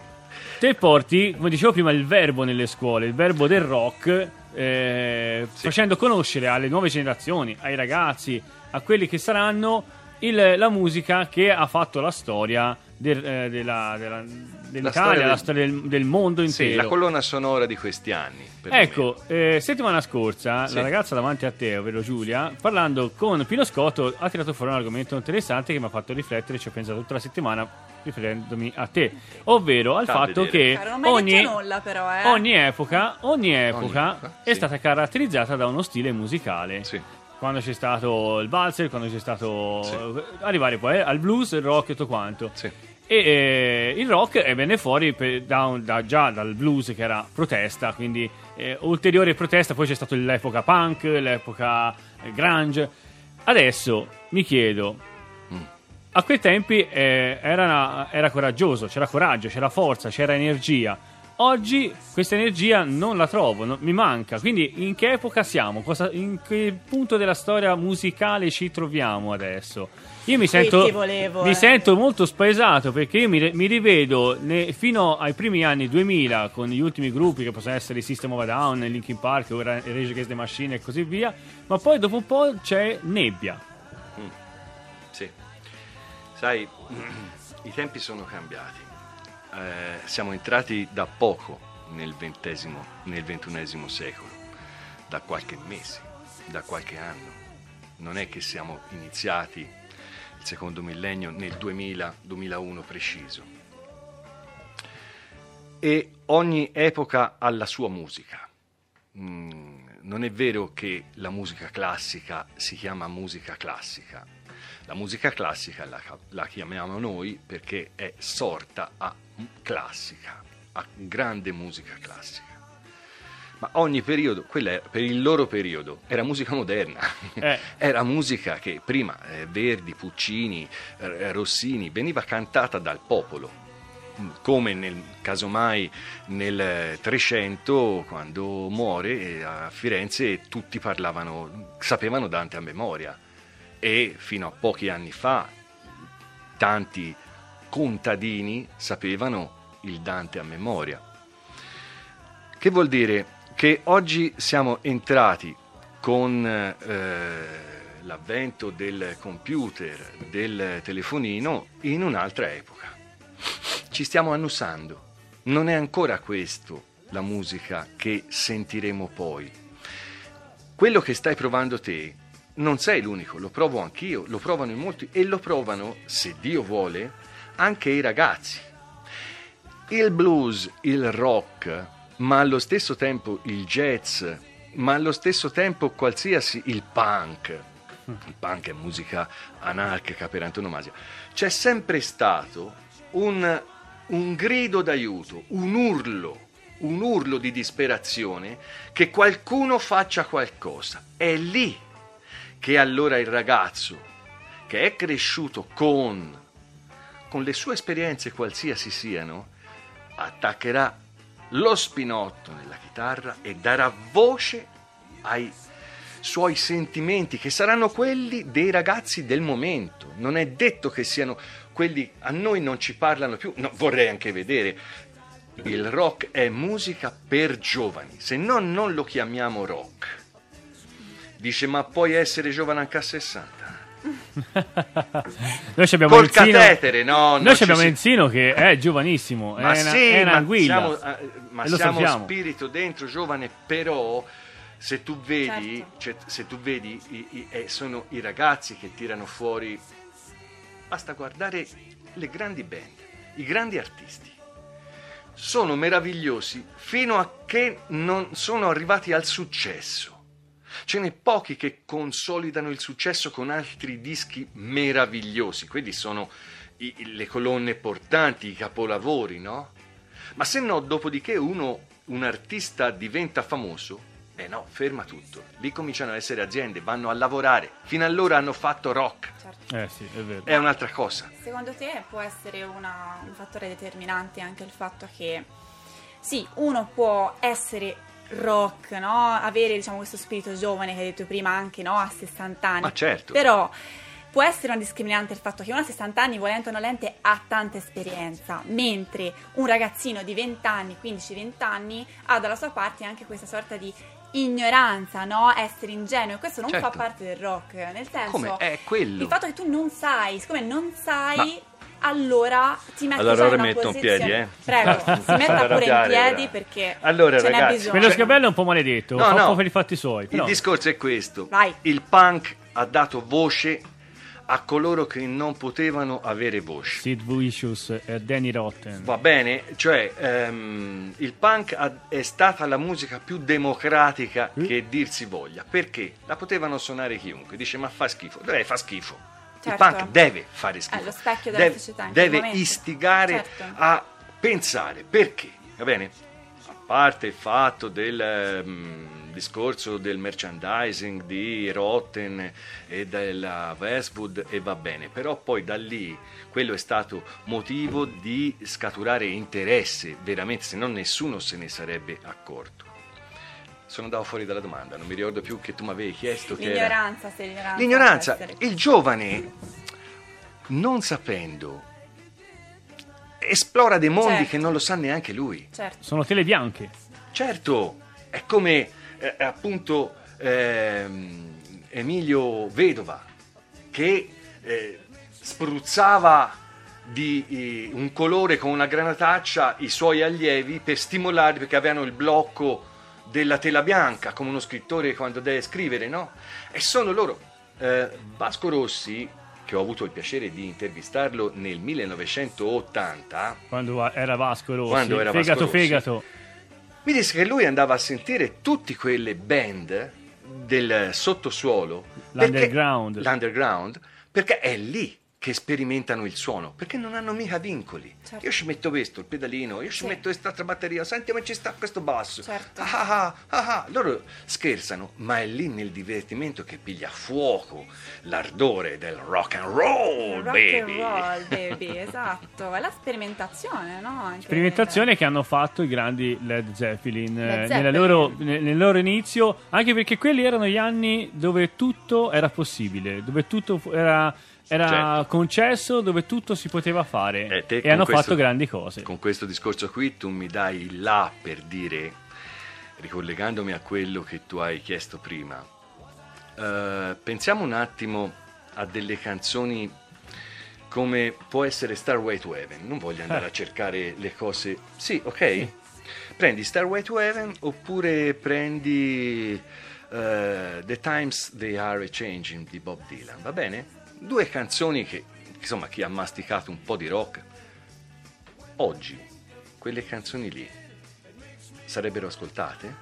Te porti, come dicevo prima, il verbo nelle scuole, il verbo del rock, eh, Sì. facendo conoscere alle nuove generazioni, ai ragazzi, a quelli che saranno il- la musica che ha fatto la storia del, eh, della, della- dell'Italia, storia del- la storia del, del mondo intero. Sì, la colonna sonora di questi anni. perlomeno. Ecco, eh, settimana scorsa Sì. la ragazza davanti a te, ovvero Giulia, parlando con Pino Scotto, ha tirato fuori un argomento interessante che mi ha fatto riflettere, ci ho pensato tutta la settimana riferendomi a te, ovvero al Fa fatto vedere. che Caro, non mi hai ogni, detto nulla però, eh. ogni epoca, ogni epoca epoca, è sì. stata caratterizzata da uno stile musicale. Sì. Quando c'è stato il valzer, quando c'è stato Sì. arrivare poi al blues, il rock e tutto quanto. Sì. E eh, il rock eh, venne fuori per- da, un- da- già dal blues, che era protesta, quindi eh, ulteriore protesta. Poi c'è stata l'epoca punk, l'epoca eh, grunge. Adesso mi chiedo, Mm. a quei tempi eh, era, era coraggioso, c'era coraggio, c'era forza, c'era energia. Oggi questa energia non la trovo, no- mi manca. Quindi in che epoca siamo? Cosa, in che punto della storia musicale ci troviamo adesso? Io mi sento, ti volevo, mi eh. sento molto spaesato, perché io mi, mi rivedo ne- fino ai primi anni duemila con gli ultimi gruppi che possono essere System of a Down, Linkin Park, ora Rage Against the Machine e così via, ma poi dopo un po' c'è nebbia. Sì. Sai, i tempi sono cambiati. Eh, siamo entrati da poco nel ventesimo, nel ventunesimo secolo, da qualche mese, da qualche anno. Non è che siamo iniziati il secondo millennio nel duemila duemilauno preciso. E ogni epoca ha la sua musica. Mm, non è vero che la musica classica si chiama musica classica. La musica classica la, la chiamiamo noi perché è sorta a classica, a grande musica classica. Ma ogni periodo, quella era, per il loro periodo, era musica moderna. Eh. Era musica che prima eh, Verdi, Puccini, eh, Rossini veniva cantata dal popolo, come nel casomai nel Trecento, quando muore a Firenze, tutti parlavano, sapevano Dante a memoria. E fino a pochi anni fa tanti contadini sapevano il Dante a memoria. Che vuol dire? Che oggi siamo entrati con eh, l'avvento del computer, del telefonino, in un'altra epoca. Ci stiamo annusando. Non è ancora questo la musica che sentiremo poi. Quello che stai provando te non sei l'unico, lo provo anch'io, lo provano in molti e lo provano, se Dio vuole, anche i ragazzi. Il blues, il rock, ma allo stesso tempo il jazz, ma allo stesso tempo qualsiasi, il punk. Il punk è musica anarchica per antonomasia. C'è sempre stato un, un grido d'aiuto, un urlo, un urlo di disperazione che qualcuno faccia qualcosa. È lì che allora il ragazzo che è cresciuto con, con le sue esperienze qualsiasi siano, attaccherà lo spinotto nella chitarra e darà voce ai suoi sentimenti, che saranno quelli dei ragazzi del momento. Non è detto che siano quelli, a noi non ci parlano più, no, vorrei anche vedere. Il rock è musica per giovani, se no non lo chiamiamo rock. Dice, ma puoi essere giovane anche a sessanta? Noi abbiamo Col Enzino, catetere, no? noi abbiamo si... Enzino che è giovanissimo, ma è una, sì, è ma un'anguilla. siamo, eh, ma e lo siamo sappiamo. spirito dentro giovane, però se tu vedi, Certo. cioè, se tu vedi i, i, eh, sono i ragazzi che tirano fuori, basta guardare le grandi band, i grandi artisti. Sono meravigliosi fino a che non sono arrivati al successo. Ce n'è pochi che consolidano il successo con altri dischi meravigliosi. Quelli sono i, le colonne portanti, i capolavori, no? Ma se no, dopodiché uno, un artista diventa famoso, eh no, ferma tutto. Lì cominciano ad essere aziende, vanno a lavorare. Fino allora hanno fatto rock. Certo. Eh sì, è vero. È un'altra cosa. Secondo te può essere una- un fattore determinante anche il fatto che sì, uno può essere rock, no? Avere, diciamo, questo spirito giovane che hai detto prima anche, no? A sessanta anni. Ma certo. Però può essere una discriminante il fatto che uno a sessanta anni, volente o nolente, ha tanta esperienza, mentre un ragazzino di venti anni, quindici venti anni, ha dalla sua parte anche questa sorta di ignoranza, no? Essere ingenuo. E questo non Certo. fa parte del rock, nel senso, Come? È quello. il fatto che tu non sai, siccome non sai, Ma- allora ti metti Allora già in ora una metto in posizione. piedi, eh. Prego, si metta pure in Arrabbiare piedi ora. perché Allora, ce n'è ragazzi, bisogno. Quello Cioè- sgabello è un po' maledetto, No, fa un no. po' per i fatti suoi. Però... Il discorso è questo. Vai. Il punk ha dato voce a coloro che non potevano avere voce. Sid Vicious e Danny Rotten. Va bene? Cioè, ehm, il punk ha- è stata la musica più democratica Mm. che dir si voglia. Perché? La potevano suonare chiunque. Dice, ma fa schifo. Deve fa schifo. Certo. Il punk deve fare schifo. È lo specchio della deve, società in quel deve momento. istigare Certo. a pensare. Perché? Va bene? A parte il fatto del, ehm, discorso del merchandising di Rotten e della Westwood e va bene, però poi da lì quello è stato motivo di scaturare interesse, veramente, se no nessuno se ne sarebbe accorto. Sono andato fuori dalla domanda, non mi ricordo più che tu mi avevi chiesto che L'ignoranza, era... se l'ignoranza. L'ignoranza, può essere- il giovane, non sapendo, esplora dei mondi Certo. che non lo sa neanche lui. Certo. Sono tele bianche. Certo, è come eh, appunto ehm, Emilio Vedova che eh, spruzzava di eh, un colore con una granataccia i suoi allievi per stimolarli, perché avevano il blocco della tela bianca, come uno scrittore quando deve scrivere, no? E sono loro. Eh, Vasco Rossi, che ho avuto il piacere di intervistarlo nel millenovecentottanta, Quando era Vasco Rossi. Quando era Vasco fegato, Rossi. fegato. mi disse che lui andava a sentire tutte quelle band del sottosuolo, perché- L'underground. l'underground, perché è lì che sperimentano il suono, perché non hanno mica vincoli. Certo. Io ci metto questo, il pedalino, io ci Sì. metto quest'altra batteria, senti ma ci sta questo basso. Certo. Ah, ah, ah, ah, ah. Loro scherzano, ma è lì nel divertimento che piglia fuoco l'ardore del rock and roll, Rock baby. and roll, baby, esatto. È la sperimentazione, no? Anche Sperimentazione che hanno fatto i grandi Led Zeppelin, eh, Led nella Zeppelin. loro- ne- nel loro inizio, anche perché quelli erano gli anni dove tutto era possibile, dove tutto fu- era, era Certo. concesso, dove tutto si poteva fare, Eh, te e con hanno questo- fatto grandi cose. Con questo discorso qui tu mi dai il là per dire, ricollegandomi a quello che tu hai chiesto prima, eh, pensiamo un attimo a delle canzoni come può essere Starway to Heaven. Non voglio andare Eh. a cercare le cose. Sì, ok. Prendi Starway to Heaven oppure prendi eh, The Times They Are Changing di Bob Dylan, va bene? Due canzoni che, insomma, chi ha masticato un po' di rock, oggi quelle canzoni lì sarebbero ascoltate?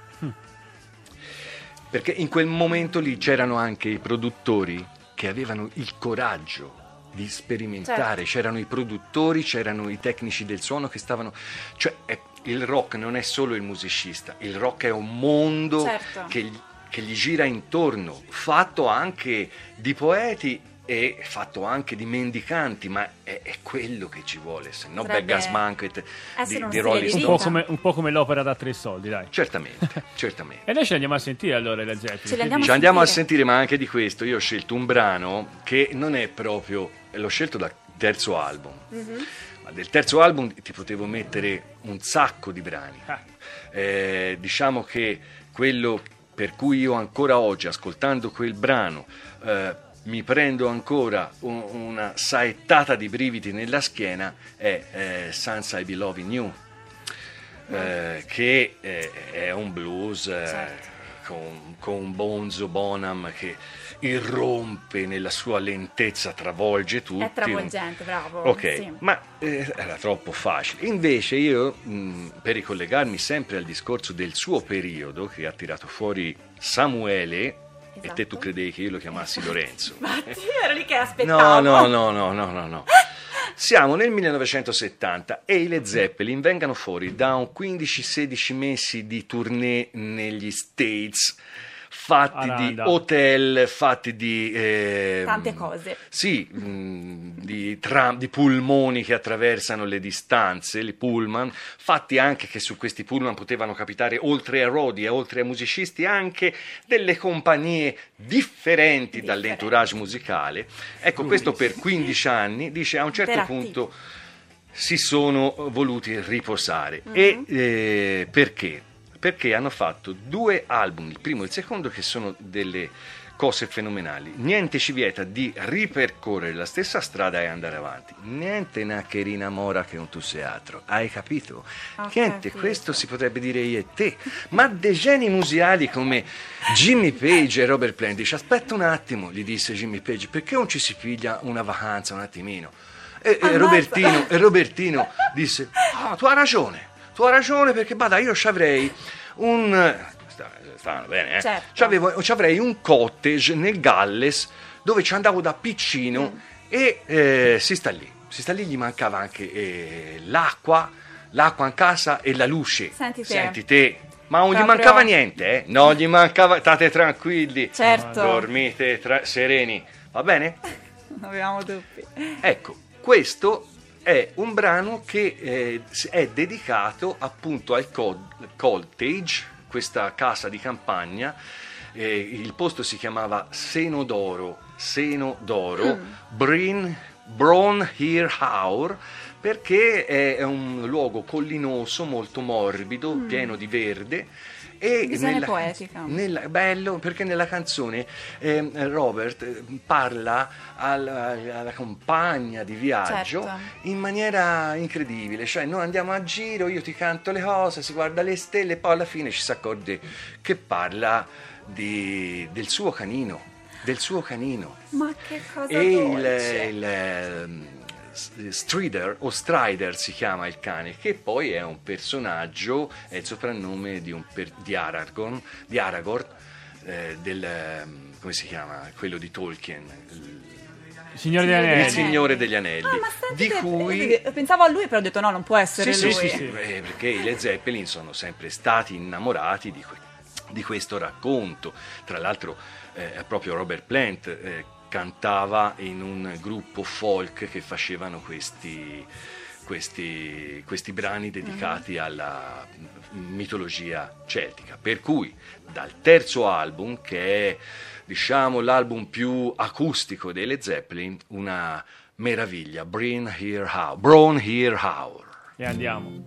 Perché in quel momento lì c'erano anche i produttori che avevano il coraggio di sperimentare, Certo. c'erano i produttori, c'erano i tecnici del suono che stavano, cioè è- il rock non è solo il musicista, il rock è un mondo Certo. che, gli- che gli gira intorno, fatto anche di poeti e fatto anche di mendicanti, ma è, è quello che ci vuole, se no Potrebbe Beggars Banquet di, essere uno di stile Rolling di Un vita. po' Stones. come, un po' come l'opera da tre soldi, dai. Certamente, certamente. E noi ce li andiamo a sentire allora, Led Zeppelin. Ce li Che andiamo Ci dici? andiamo a sentire. sentire, ma anche di questo io ho scelto un brano che non è proprio, l'ho scelto dal terzo album, ma del terzo album ti potevo mettere un sacco di brani. Ah. Eh, diciamo che quello per cui io ancora oggi, ascoltando quel brano, eh, mi prendo ancora un- una saettata di brividi nella schiena è eh, Since I Be Loving You, eh, che eh, è un blues eh, Certo. con, con Bonzo Bonham che irrompe nella sua lentezza, travolge tutti. È travolgente, bravo. Ok, Sì. ma eh, era troppo facile. Invece io, mh, per ricollegarmi sempre al discorso del suo periodo, che ha tirato fuori Samuele, e te Esatto. tu credevi che io lo chiamassi Lorenzo. Infatti, ero lì che No, aspettavo. no, no, no, no, no, no. Siamo nel millenovecentosettanta e i Led Zeppelin vengono fuori da un quindici sedici mesi di tournée negli States, fatti di Aranda. hotel, fatti di... eh, Tante cose. Sì, mh, di, tram, di polmoni che attraversano le distanze, i pullman, fatti anche che su questi pullman potevano capitare, oltre a Rodi e oltre ai musicisti, anche delle compagnie differenti Differenti. dall'entourage musicale. Ecco, questo per quindici anni, dice, a un certo Interattivo. punto si sono voluti riposare. E eh, perché? Perché hanno fatto due album, il primo e il secondo, che sono delle cose fenomenali. Niente ci vieta di ripercorrere la stessa strada e andare avanti. Niente una che rinamora che un tu sei altro. Hai capito? Ho Niente, capito. questo si potrebbe dire io e te. Ma dei geni museali come Jimmy Page e Robert Plant, dice, aspetta un attimo, gli disse Jimmy Page, perché non ci si piglia una vacanza un attimino? E, e Ammazza. Robertino, e Robertino disse, ah, tu hai ragione. Tu hai ragione, perché bada, io ci avrei un... sta- Stavano bene, eh? Certo. C'avevo- c'avrei un cottage nel Galles dove ci andavo da piccino e eh, si sta lì. Si sta lì, gli mancava anche eh, l'acqua, l'acqua in casa e la luce. Senti te. Senti te, Ma non gli Proprio- mancava niente, eh? Non gli mancava, state tranquilli, Certo. dormite tra- sereni, va bene? Non avevamo dubbi. Ecco, questo è un brano che eh, è dedicato appunto al co- cottage, questa casa di campagna. Eh, il posto si chiamava Seno d'Oro, Seno d'Oro, Mm. Brin, Bron Here Haur, perché è un luogo collinoso, molto morbido, pieno di verde. E Mm. Visione nella, poetica. nella- bello, perché nella canzone eh, Robert eh, parla alla, alla compagna di viaggio Certo. in maniera incredibile, cioè noi andiamo a giro, io ti canto le cose, si guarda le stelle e poi alla fine ci si accorge che parla di- del suo canino, del suo canino. Ma che cosa E il, dolce. il, ehm, S- Strider o Strider si chiama il cane, che poi è un personaggio, è il soprannome di, un per- di Aragorn, di Aragorn eh, del ehm, come si chiama? Quello di Tolkien, il, Signore degli Sì, il Anelli. sì. Signore degli Anelli, Ah, ma senti di che- cui pensavo a lui, però ho detto no, non può essere sì, lui. sì, sì, sì. eh, perché i Led Zeppelin sono sempre stati innamorati di, que- di questo racconto. Tra l'altro eh, proprio Robert Plant eh, cantava in un gruppo folk che facevano questi, questi, questi brani dedicati alla mitologia celtica. Per cui dal terzo album, che è diciamo l'album più acustico dei Led Zeppelin, una meraviglia, Brin Here Haur, Bron Here Haur. E andiamo.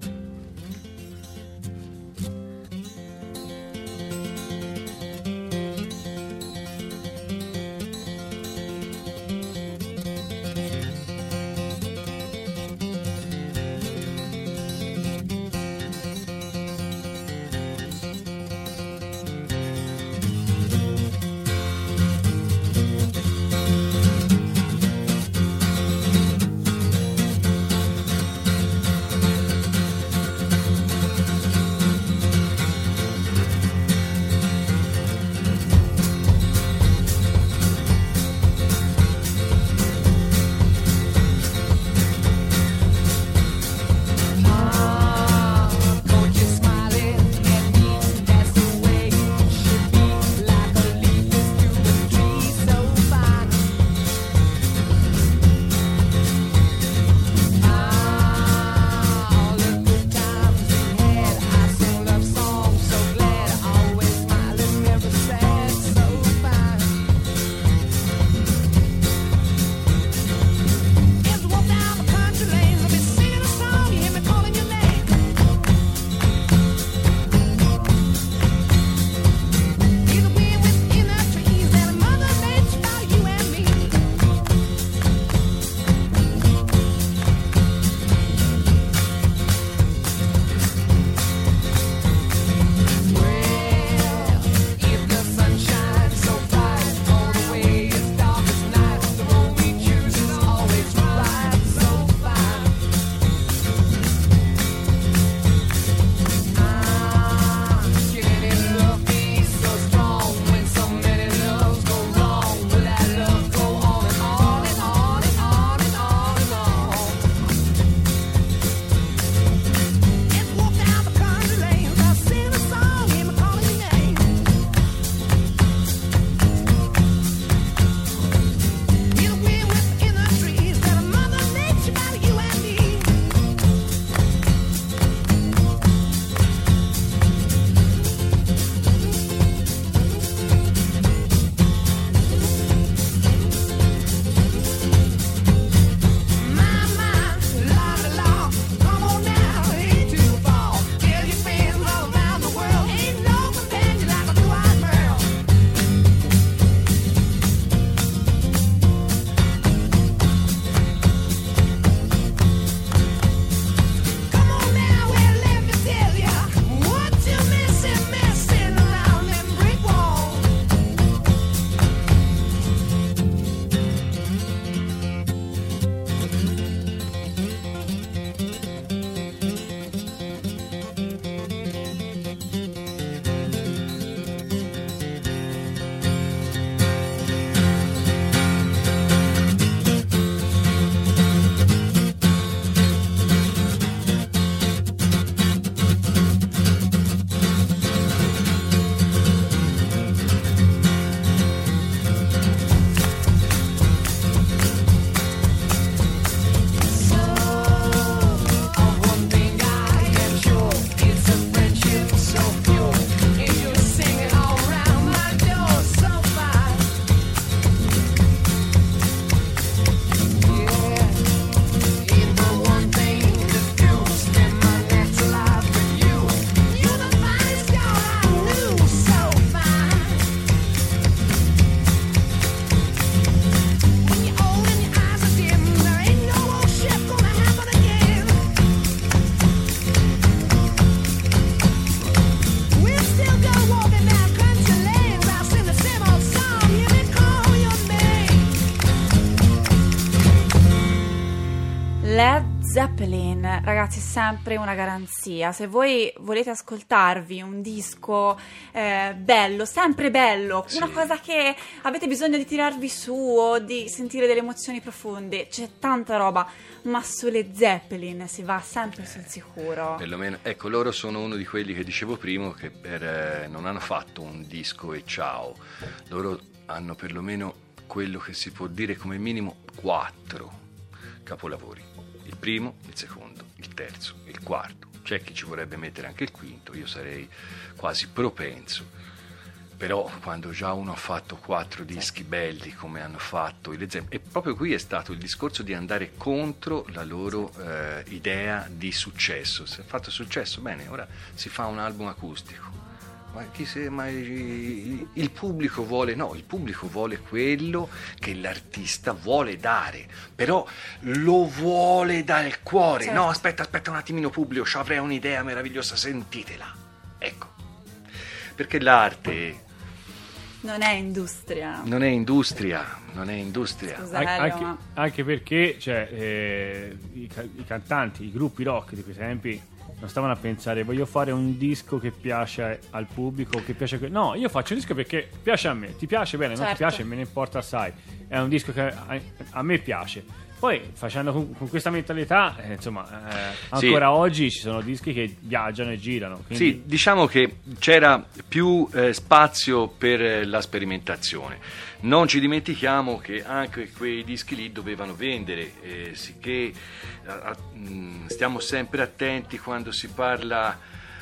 Led Zeppelin, ragazzi, è sempre una garanzia. Se voi volete ascoltarvi un disco eh, bello, sempre bello, Sì. una cosa che avete bisogno di tirarvi su o di sentire delle emozioni profonde, c'è tanta roba, ma su Led Zeppelin si va sempre sul sicuro. Perlomeno, ecco, loro sono uno di quelli che dicevo prima che per, eh, non hanno fatto un disco e ciao. Loro hanno perlomeno quello che si può dire come minimo quattro capolavori. Il primo, il secondo, il terzo, il quarto. C'è chi ci vorrebbe mettere anche il quinto, io sarei quasi propenso. Però quando già uno ha fatto quattro dischi belli come hanno fatto i Led Zeppelin, e proprio qui è stato il discorso di andare contro la loro eh, idea di successo. Se ha fatto successo, bene, ora si fa un album acustico. Ma, chi se, ma il, il pubblico vuole, no, il pubblico vuole quello che l'artista vuole dare, però lo vuole dal cuore. Certo. No, aspetta, aspetta un attimino pubblico, ci avrei un'idea meravigliosa, sentitela. Ecco, perché l'arte Non è industria. non è industria, non è industria. Scusa, An- Elio, anche, ma- anche perché cioè, eh, i, ca- i cantanti, i gruppi rock di quei tempi non stavano a pensare voglio fare un disco che piace al pubblico, che piace a que-". No, io faccio un disco perché piace a me, ti piace bene, non ti Certo. piace, me ne importa assai, è un disco che a, a me piace. Poi facendo con, con questa mentalità eh, insomma eh, Sì. ancora oggi ci sono dischi che viaggiano e girano, quindi Sì, diciamo che c'era più eh, spazio per eh, la sperimentazione. Non ci dimentichiamo che anche quei dischi lì dovevano vendere, eh, sicché eh, a- mh, stiamo sempre attenti quando si parla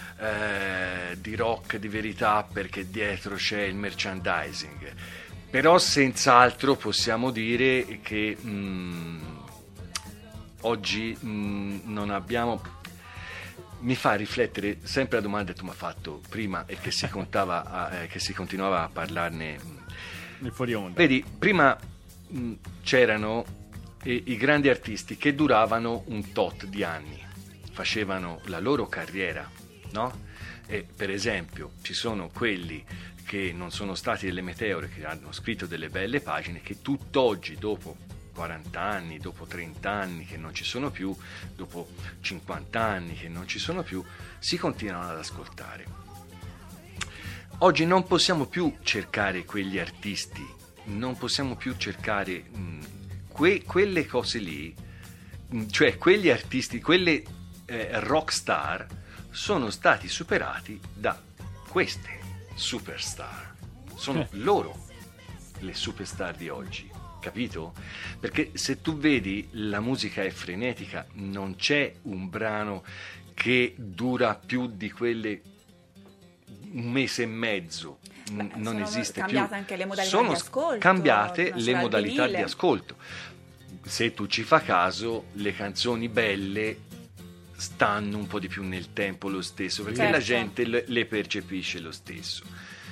eh, di rock di verità, perché dietro c'è il merchandising. Però senz'altro possiamo dire che mh, oggi mh, non abbiamo... Mi fa riflettere sempre la domanda che tu mi hai fatto prima e che si, contava a- eh, che si continuava a parlarne. nel fuori onda. Vedi, prima mh, c'erano i, i grandi artisti che duravano un tot di anni, facevano la loro carriera, no? E per esempio ci sono quelli che non sono stati delle meteore, che hanno scritto delle belle pagine, che tutt'oggi, dopo quaranta anni, dopo trenta anni che non ci sono più, dopo cinquanta anni che non ci sono più, si continuano ad ascoltare. Oggi non possiamo più cercare quegli artisti, non possiamo più cercare mh, que- quelle cose lì, mh, cioè quegli artisti, quelle eh, rock star sono stati superati da queste superstar. Sono Eh. loro le superstar di oggi, capito? Perché se tu vedi la musica è frenetica, non c'è un brano che dura più di quelle un mese e mezzo. N- Beh, non sono esiste cambiate più. anche le modalità sono di ascolto, cambiate nascerà le il modalità vinile. di ascolto. Se tu ci fa caso, le canzoni belle stanno un po' di più nel tempo lo stesso, perché Certo. la gente le, le percepisce lo stesso.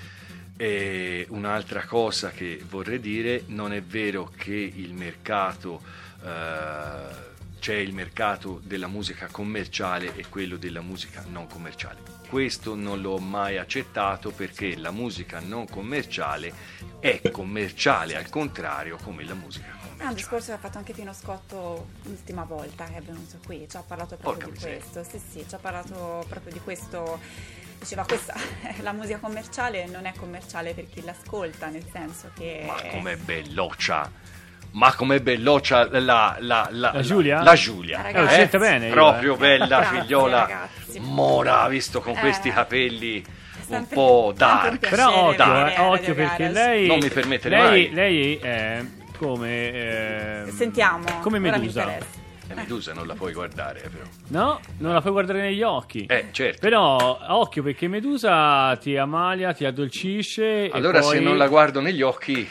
E un'altra cosa che vorrei dire, non è vero che il mercato eh, c'è il mercato della musica commerciale e quello della musica non commerciale. Questo non l'ho mai accettato, perché la musica non commerciale è commerciale al contrario come la musica commerciale. È un discorso che ha fatto anche Pino Scotto l'ultima volta che è venuto qui, ci ha parlato proprio Porca di miseria. questo, sì sì, ci ha parlato proprio di questo, diceva questa, la musica commerciale non è commerciale per chi l'ascolta, nel senso che... Ma com'è belloccia! Ma com'è belloccia la, la, la, La Giulia? La Giulia. Eh, l'ho scelta bene io, Proprio eh. bella Grazie, figliola. ragazzi. Mora, visto con Eh. questi capelli un sempre- po' sempre un dark. piacere Però occhio, vedere eh, Radio occhio perché Garage. lei Non mi permettere lei, mai. lei è come ehm, Sentiamo, come ora mi Medusa. interessa. E Medusa non la puoi guardare, eh, però. No, non la puoi guardare negli occhi. Eh, certo. Però occhio perché Medusa ti ammalia, ti addolcisce. Allora e poi... se non la guardo negli occhi...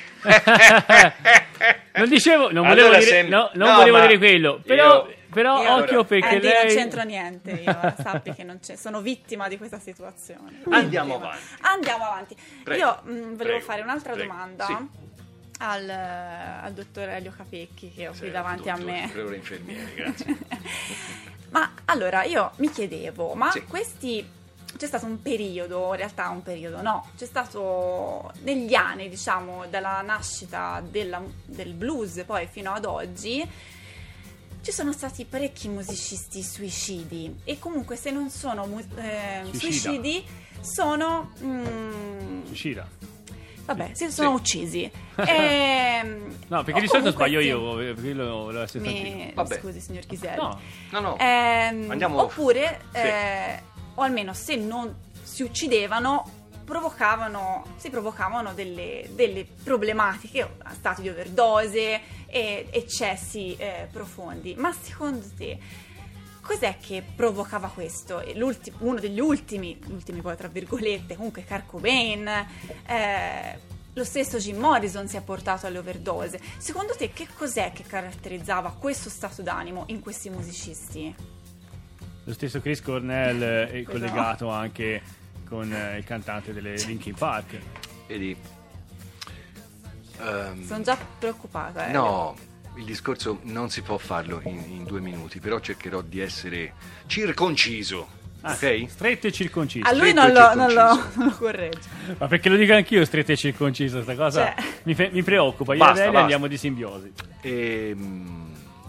non dicevo, non Allora volevo, dire, sem- no, non no, volevo ma dire quello. Però, io- però Io- occhio perché Eh, di, lei non c'entro niente io, sappi che non c'è, sono vittima di questa situazione. Andiamo Vittima. avanti. Andiamo avanti. Prego, Io mh, volevo prego, fare un'altra prego. domanda Sì. al, al dottor Elio Capecchi che ho qui Sì, davanti a dottore, me. prego, infermiere, grazie. Ma allora io mi chiedevo, ma Sì. questi c'è stato un periodo, in realtà un periodo no, c'è stato negli anni, diciamo, dalla nascita della- del blues poi fino ad oggi, ci sono stati parecchi musicisti suicidi e comunque se non sono mu- eh, suicidi sono mm, Suicida. vabbè, si sono Sì. uccisi. Ehm, No, perché o di solito comunque sbaglio sì. io, perché lo, lo sentito. Mi... Vabbè. Scusi, signor Chiselli. No, No, no. Ehm, Andiamo- Oppure, Sì. eh, o almeno se non si uccidevano, provocavano, si provocavano delle, delle problematiche, stati di overdose e eccessi eh, profondi. Ma secondo te, cos'è che provocava questo? E l'ulti- uno degli ultimi, ultimi poi tra virgolette, comunque Kurt Cobain, eh, lo stesso Jim Morrison si è portato alle overdose. Secondo te che cos'è che caratterizzava questo stato d'animo in questi musicisti? lo stesso Chris Cornell è Quello collegato anche con eh, il cantante delle Linkin Park. Vedi? Ehm, Sono già preoccupata. Eh. no, il discorso non si può farlo in, in due minuti, però cercherò di essere circonciso. Ah, Ok? Stretto e circonciso. A lui Stretto non e lo, non, lo, circonciso. non lo corregge. Ma perché lo dico anch'io stretto e circonciso, questa cosa Cioè. mi, fe- mi preoccupa. Io Basta, e Adele basta. andiamo di simbiosi. Ehm,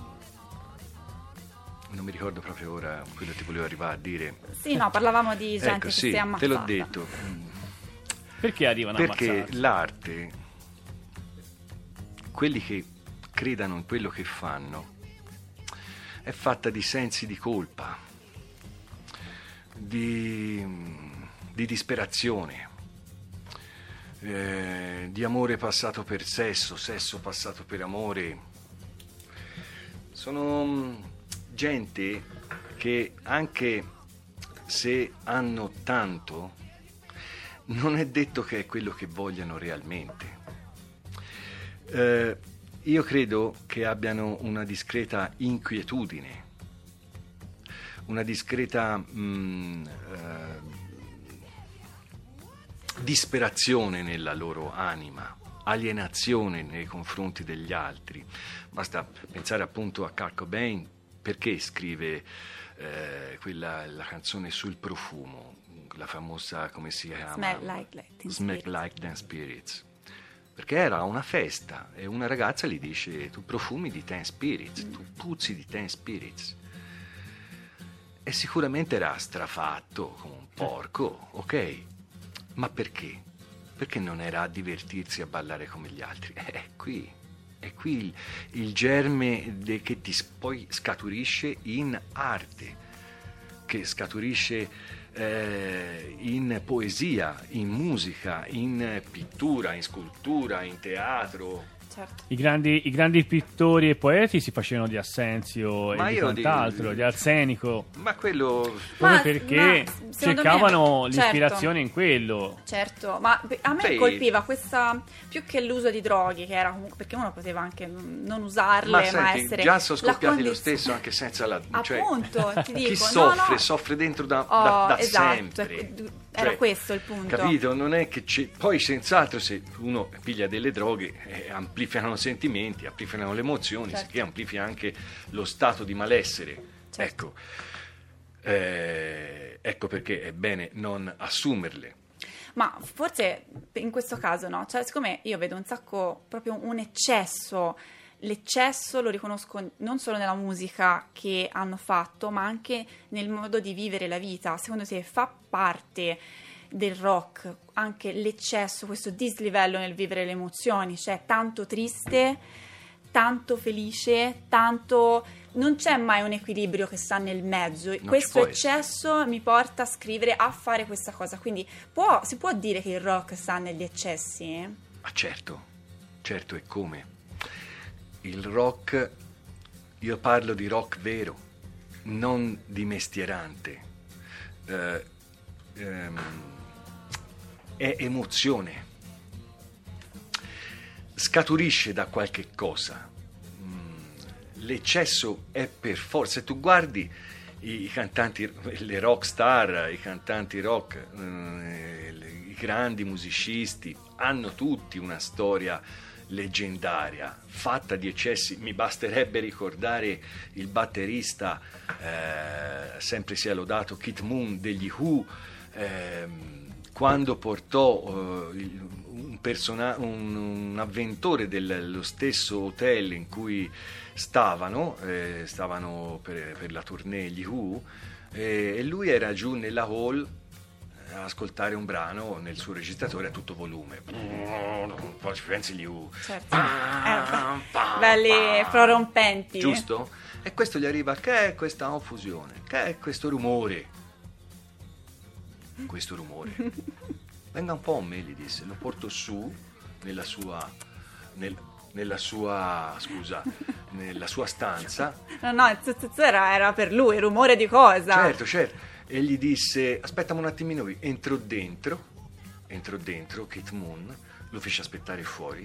non mi ricordo proprio ora quello che ti volevo arrivare a dire. Sì, no, parlavamo di gente Ecco, che sì, si è ammazzata. te l'ho detto. Perché arrivano a Perché ammazzarsi? l'arte, quelli che credano in quello che fanno, è fatta di sensi di colpa, di, di disperazione, eh, di amore passato per sesso, sesso passato per amore. Sono mm, gente che anche se hanno tanto, non è detto che è quello che vogliano realmente. Eh, io credo che abbiano una discreta inquietudine, una discreta mh, eh, disperazione nella loro anima, alienazione nei confronti degli altri. Basta pensare appunto a Kurt Cobain, perché scrive eh, quella, la canzone sul profumo, la famosa, come si chiama? Smell Like Teen Smell Spirit. Like Teen Spirits. Perché era a una festa e una ragazza gli dice: tu profumi di Teen Spirits, tu puzzi di Teen Spirits. E sicuramente era strafatto come un porco, ok? Ma perché? Perché non era a divertirsi a ballare come gli altri? È qui, è qui il, il germe de- che ti s- poi scaturisce in arte, che scaturisce eh, in poesia, in musica, in pittura, in scultura, in teatro. Certo. I grandi, I grandi pittori e poeti si facevano di Assenzio Ma e di io di- quant'altro, di Arsenico, Ma quello... proprio Ma- perché ma, secondo cercavano me, l'ispirazione certo. in quello. Certo, ma a me Beh. colpiva questa, più che l'uso di droghe, che era comunque, perché uno poteva anche non usarle, Ma ma, senti, essere già sono la scoppiati lo condizione- stesso anche senza la... cioè, Appunto, ti dico, chi no, soffre, no. soffre dentro da, Oh, da- da esatto, sempre. ecco, era Cioè, questo il punto. Capito? Non è che c'è... Poi senz'altro se uno piglia delle droghe eh, amplificano sentimenti, amplificano le emozioni, Certo. che amplifica anche lo stato di malessere. Certo. Ecco. Eh, ecco perché è bene non assumerle. Ma forse in questo caso no, cioè siccome io vedo un sacco, proprio un eccesso, l'eccesso lo riconosco non solo nella musica che hanno fatto, ma anche nel modo di vivere la vita. Secondo te fa parte del rock anche l'eccesso, questo dislivello nel vivere le emozioni, cioè tanto triste, tanto felice, tanto... non c'è mai un equilibrio che sta nel mezzo. ci Questo può eccesso mi porta a scrivere, a fare questa cosa. Quindi può, si può dire che il rock sta negli eccessi? Ma certo, certo, e come? Il rock, io parlo di rock vero, non di mestierante. Eh, ehm, è emozione. Scaturisce da qualche cosa. Mm, l'eccesso è per forza. Se tu guardi i, i cantanti, le rock star, i cantanti rock, eh, le- i grandi musicisti, hanno tutti una storia leggendaria, fatta di eccessi. Mi basterebbe ricordare il batterista, eh, sempre sia lodato, Keith Moon degli Who, ehm, quando portò uh, il, un, persona- un, un avventore dello stesso hotel in cui stavano, eh, stavano per, per la tournée gli Who, eh, e lui era giù nella hall a ascoltare un brano nel suo registratore a tutto volume. Poi ci pensi gli Who. Certo. Eh, belli prorompenti. Giusto? E questo gli arriva: che è questa fusione? Che è questo rumore? Questo rumore. Venga un po' a me, gli disse, lo porto su nella sua nel, nella sua scusa, nella sua stanza. No, no, il zzzz era, era per lui, rumore di cosa? Certo, certo. E gli disse: aspettami un attimino qui. Entrò dentro, entrò dentro Keith Moon, lo fece aspettare fuori.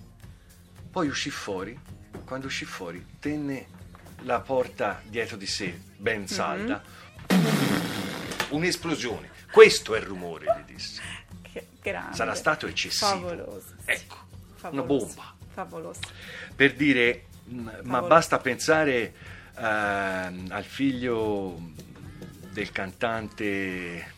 Poi uscì fuori. Quando uscì fuori, tenne la porta dietro di sé ben salda. Mm-hmm. Un'esplosione. Questo è il rumore, gli disse. Che grande. Sarà stato eccessivo. Favoloso. Sì. Ecco, Favoloso. una bomba. Favoloso. Per dire, ma Favoloso. basta pensare uh, al figlio del cantante,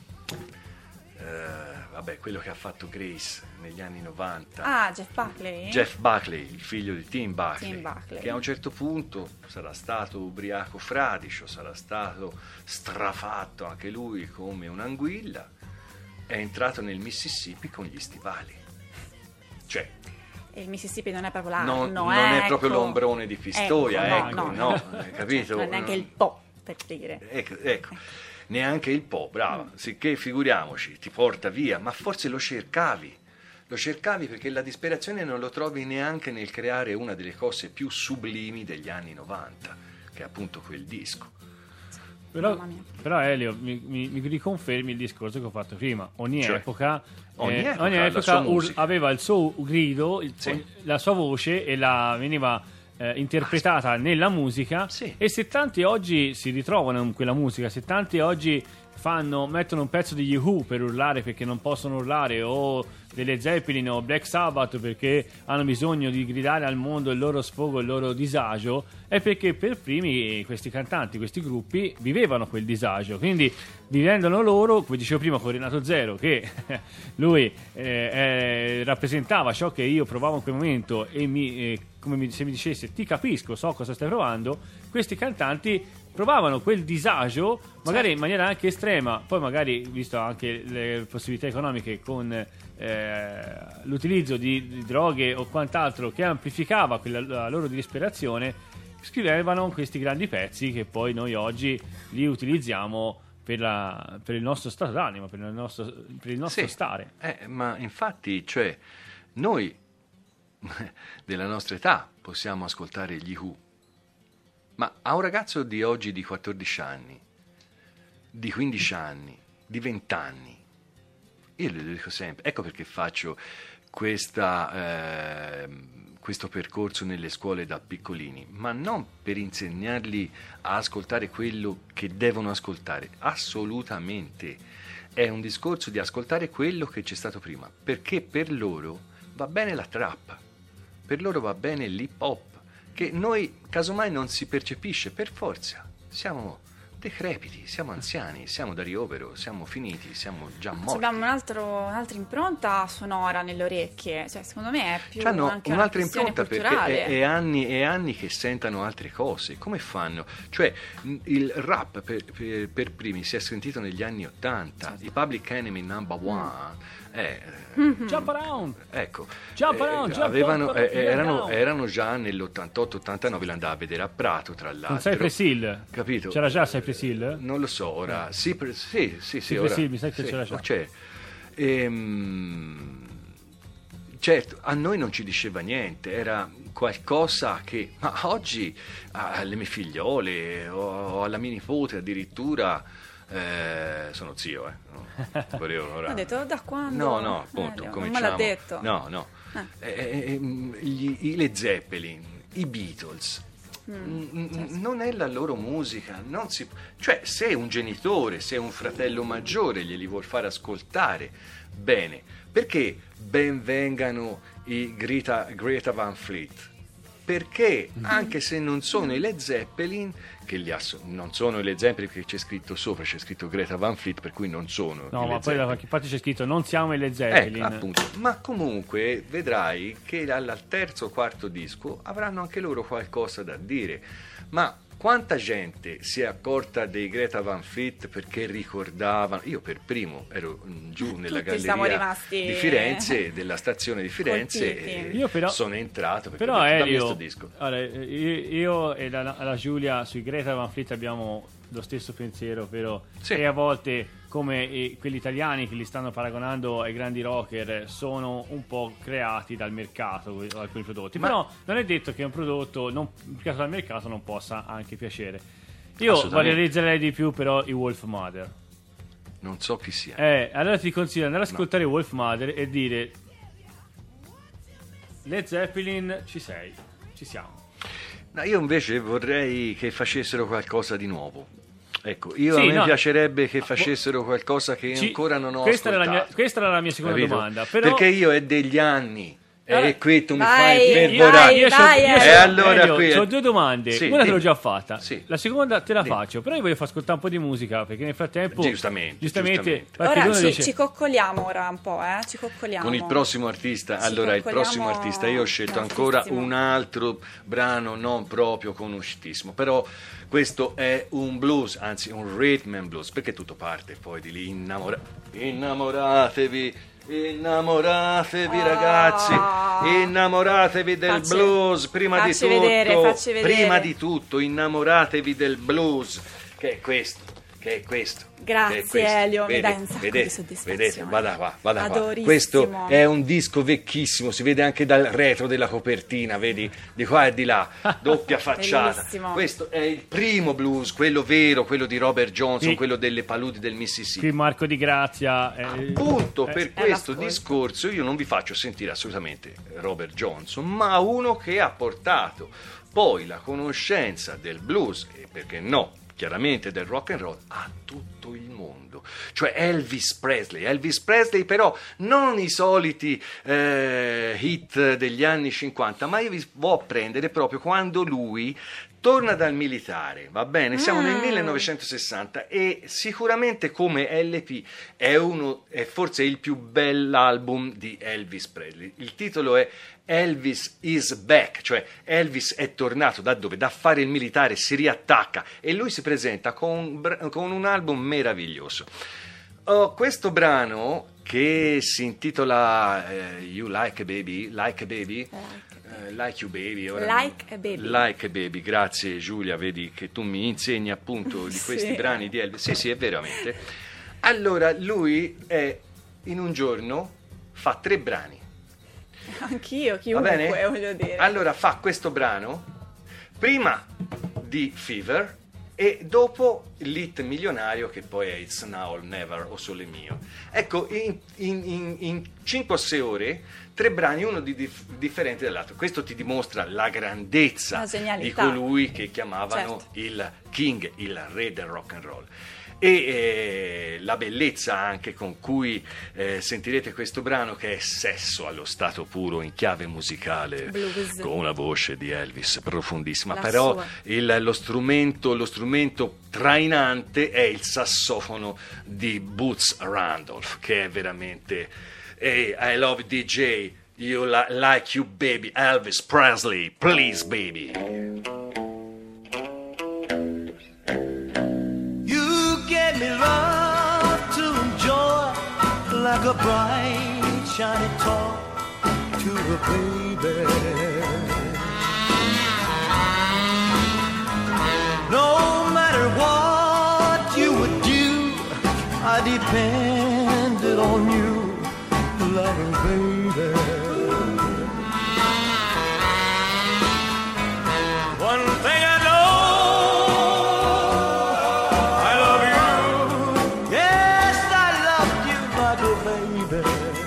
uh, vabbè, quello che ha fatto Grace negli anni novanta. Ah, Jeff Buckley? Jeff Buckley, il figlio di Tim Buckley, Tim Buckley, che a un certo punto sarà stato ubriaco fradicio, sarà stato strafatto anche lui come un'anguilla, è entrato nel Mississippi con gli stivali. Cioè, il Mississippi non è proprio là, non, no, non ecco. è proprio l'ombrone di Pistoia, ecco, ecco, no, no, no, hai capito? Non è neanche il Po, per dire. Ecco, ecco. Neanche il Po, brava, mm. Sicché figuriamoci, ti porta via, ma forse lo cercavi, lo cercavi perché la disperazione non lo trovi neanche nel creare una delle cose più sublimi degli anni novanta, che è appunto quel disco. Però, però Elio, mi, mi, mi riconfermi il discorso che ho fatto prima. Ogni Cioè, epoca, ogni eh, epoca ogni la epoca sua ur- musica. aveva il suo grido, il- Sì. la sua voce e la veniva eh, interpretata nella musica. Sì. E se tanti oggi si ritrovano in quella musica, se tanti oggi fanno, mettono un pezzo di Who per urlare perché non possono urlare, o delle Zeppelin o Black Sabbath perché hanno bisogno di gridare al mondo il loro sfogo, il loro disagio, è perché per primi questi cantanti, questi gruppi vivevano quel disagio, quindi vivendolo loro, come dicevo prima con Renato Zero, che lui eh, eh, rappresentava ciò che io provavo in quel momento e mi, eh, come mi, se mi dicesse ti capisco, so cosa stai provando, questi cantanti provavano quel disagio magari certo. in maniera anche estrema, poi magari visto anche le possibilità economiche con eh, l'utilizzo di, di droghe o quant'altro che amplificava quella, la loro disperazione, scrivevano questi grandi pezzi che poi noi oggi li utilizziamo per, la, per il nostro stato d'animo, per il nostro, per il nostro sì, stare. Eh, ma infatti, cioè, noi della nostra età possiamo ascoltare gli Who, ma a un ragazzo di oggi di quattordici anni, di quindici anni, di venti anni, io le dico sempre, ecco perché faccio questa, eh, questo percorso nelle scuole da piccolini, ma non per insegnargli a ascoltare quello che devono ascoltare, assolutamente, è un discorso di ascoltare quello che c'è stato prima, perché per loro va bene la trap, per loro va bene l'hip hop, che noi casomai non si percepisce per forza, siamo decrepiti, siamo anziani, siamo da riovero, siamo finiti, siamo già morti. Abbiamo un altro, un'altra impronta sonora nelle orecchie, cioè secondo me è più C'hanno anche un'altra una questione impronta perché culturale. è, è anni e anni che sentono altre cose. Come fanno? Cioè il rap per, per, per primi si è sentito negli anni ottanta, certo. I Public Enemy Number One. Eh, mm-hmm. Jump around, ecco, jump around, eh, jump avevano, up, eh, jump erano, down. erano già nell'ottantotto ottantanove, l'andava a vedere a Prato, tra l'altro. Con Cypress Hill, capito? C'era già Cypress Hill? Non lo so ora. Eh. Sì, sì, sì, sì, sì, ora, sì, mi sa che sì, c'era già. C'è. Ehm, certo, a noi non ci diceva niente, era qualcosa che, ma oggi alle mie figliole o alla mia nipote addirittura, eh, sono zio, eh. No, volevo ora... Ha detto da quando? No, no, appunto, eh, cominciamo. non me l'ha detto. No, no. Ah. Eh, eh, gli, i Led Zeppelin, i Beatles. Mm, certo. Non è la loro musica, non si, cioè se un genitore, se un fratello maggiore glieli vuol fare ascoltare, bene, perché ben vengano i Greta, Greta Van Fleet, perché anche se non sono i Led Zeppelin, che li asso- non sono i Led Zeppelin perché c'è scritto sopra, c'è scritto Greta Van Fleet, per cui non sono No, i ma Led poi da Zeppelin. qualche parte c'è scritto non siamo i Led Eh, Zeppelin. appunto. Ma comunque vedrai che al al terzo o quarto disco avranno anche loro qualcosa da dire. Ma quanta gente si è accorta dei Greta Van Fleet perché ricordavano? Io per primo ero mm, giù nella Tutti siamo galleria rimasti di Firenze, della stazione di Firenze, colpiti. e Io però- sono entrato perché Però ho detto, dammi Elio, sto disco. allora, io, io e la, la Giulia sui Greta Van Fleet abbiamo lo stesso pensiero, però Sì. e a volte come eh, quelli italiani che li stanno paragonando ai grandi rocker sono un po' creati dal mercato que- alcuni prodotti, Ma- però non è detto che un prodotto non creato dal mercato non possa anche piacere. Io Assolutamente. valorizzerei di più però i Wolf Mother. Non so chi sia. Eh, allora ti consiglio di andare ad ascoltare Wolf Mother e dire Led Zeppelin ci sei, ci siamo. No, io invece vorrei che facessero qualcosa di nuovo. Ecco, io Sì, a me no. piacerebbe che facessero qualcosa che Ci- ancora non ho questa era, la ascoltato. mia, questa era la mia seconda Capito? domanda. Però Perché io è degli anni Allora, e qui tu mi vai, fai io- fervorare. vai, c'ho- vai, c'ho- eh. E allora Elio, qui- c'ho due domande. Sì, Una te l'ho dimmi. già fatta. Sì. La seconda te la Dimmi. faccio. Però io voglio far ascoltare un po' di musica. Perché nel frattempo. Giustamente, Giustamente. giustamente. qualche Ora uno ci, dice, ci coccoliamo ora un po', eh? Ci coccoliamo. Con il prossimo artista, Ci allora il coccoliamo prossimo artista, io ho scelto ancora tantissimo. un altro brano non proprio conosciutissimo, però questo è un blues, anzi un rhythm and blues, perché tutto parte poi di lì, innamora- innamoratevi, innamoratevi Ah. ragazzi, innamoratevi del Facci- blues, prima di facci tutto, vedere, facci vedere. prima di tutto innamoratevi del blues, che è questo, che è questo. Grazie, che è questo. Elio, mi Vede- dai un sacco vedete, di soddisfazione. Vedete, vada qua, vada qua. Adorissimo. Questo è un disco vecchissimo, si vede anche dal retro della copertina, vedi, di qua e di là, doppia facciata. Bellissimo. Questo è il primo blues, quello vero, quello di Robert Johnson, Sì. quello delle paludi del Mississippi. qui Marco Di Grazia. eh, Appunto, eh, per è questo l'ascolto. discorso io non vi faccio sentire assolutamente Robert Johnson, ma uno che ha portato poi la conoscenza del blues, e perché no, chiaramente del rock and roll, a tutto il mondo. Cioè Elvis Presley. Elvis Presley però non i soliti eh, hit degli anni cinquanta, ma io vi vo' a prendere proprio quando lui torna dal militare, va bene? Siamo nel millenovecentosessanta e sicuramente come L P è uno, è forse il più bell'album di Elvis Presley. Il titolo è Elvis is back, cioè Elvis è tornato da dove? Da fare il militare, si riattacca e lui si presenta con, br- con un album meraviglioso. Oh, questo brano che si intitola eh, You Like a Baby, Like a Baby, eh, Like You Baby, ora Like a Baby. Like a Baby, grazie Giulia, vedi che tu mi insegni appunto di questi Sì. brani di Elvis. Sì, sì, è veramente. Allora, lui è in un giorno fa tre brani. Anch'io, Va chiunque, bene? voglio dire. Allora fa questo brano prima di Fever e dopo l'hit milionario che poi è It's Now or Never o Sole Mio. Ecco, in, in, in, in cinque o sei ore tre brani, uno di dif- differente dall'altro. Questo ti dimostra la grandezza La di genialità. colui che chiamavano Certo. il king, il re del rock and roll. E eh, la bellezza anche con cui eh, sentirete questo brano, che è sesso allo stato puro in chiave musicale, Blues. con una voce di Elvis profondissima, La però sua. il- lo, strumento, lo strumento trainante è il sassofono di Boots Randolph, che è veramente hey, I love D J, you li- like you baby, Elvis Presley, please baby. You gave me love to enjoy, like a bright, shiny toy to a baby. No matter what you would do, I depended on you, loving baby. One thing I know, I love you. Yes, I love you like a baby.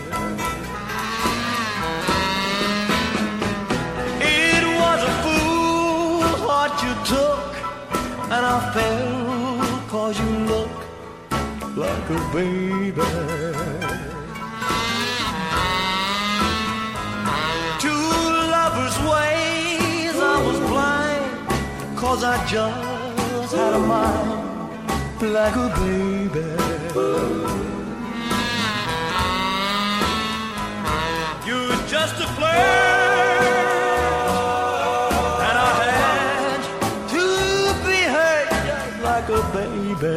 It was a fool heart you took, and I fell 'cause you look like a baby. Two lovers' ways 'cause I just had a mind like a baby. You're just a flirt, and I had to behave just like a baby.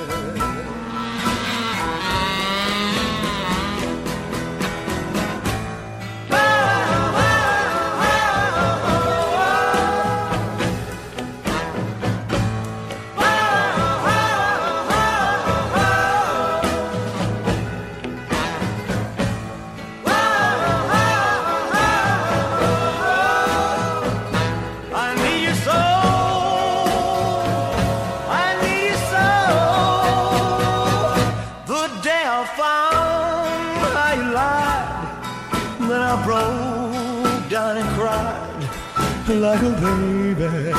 Like a baby.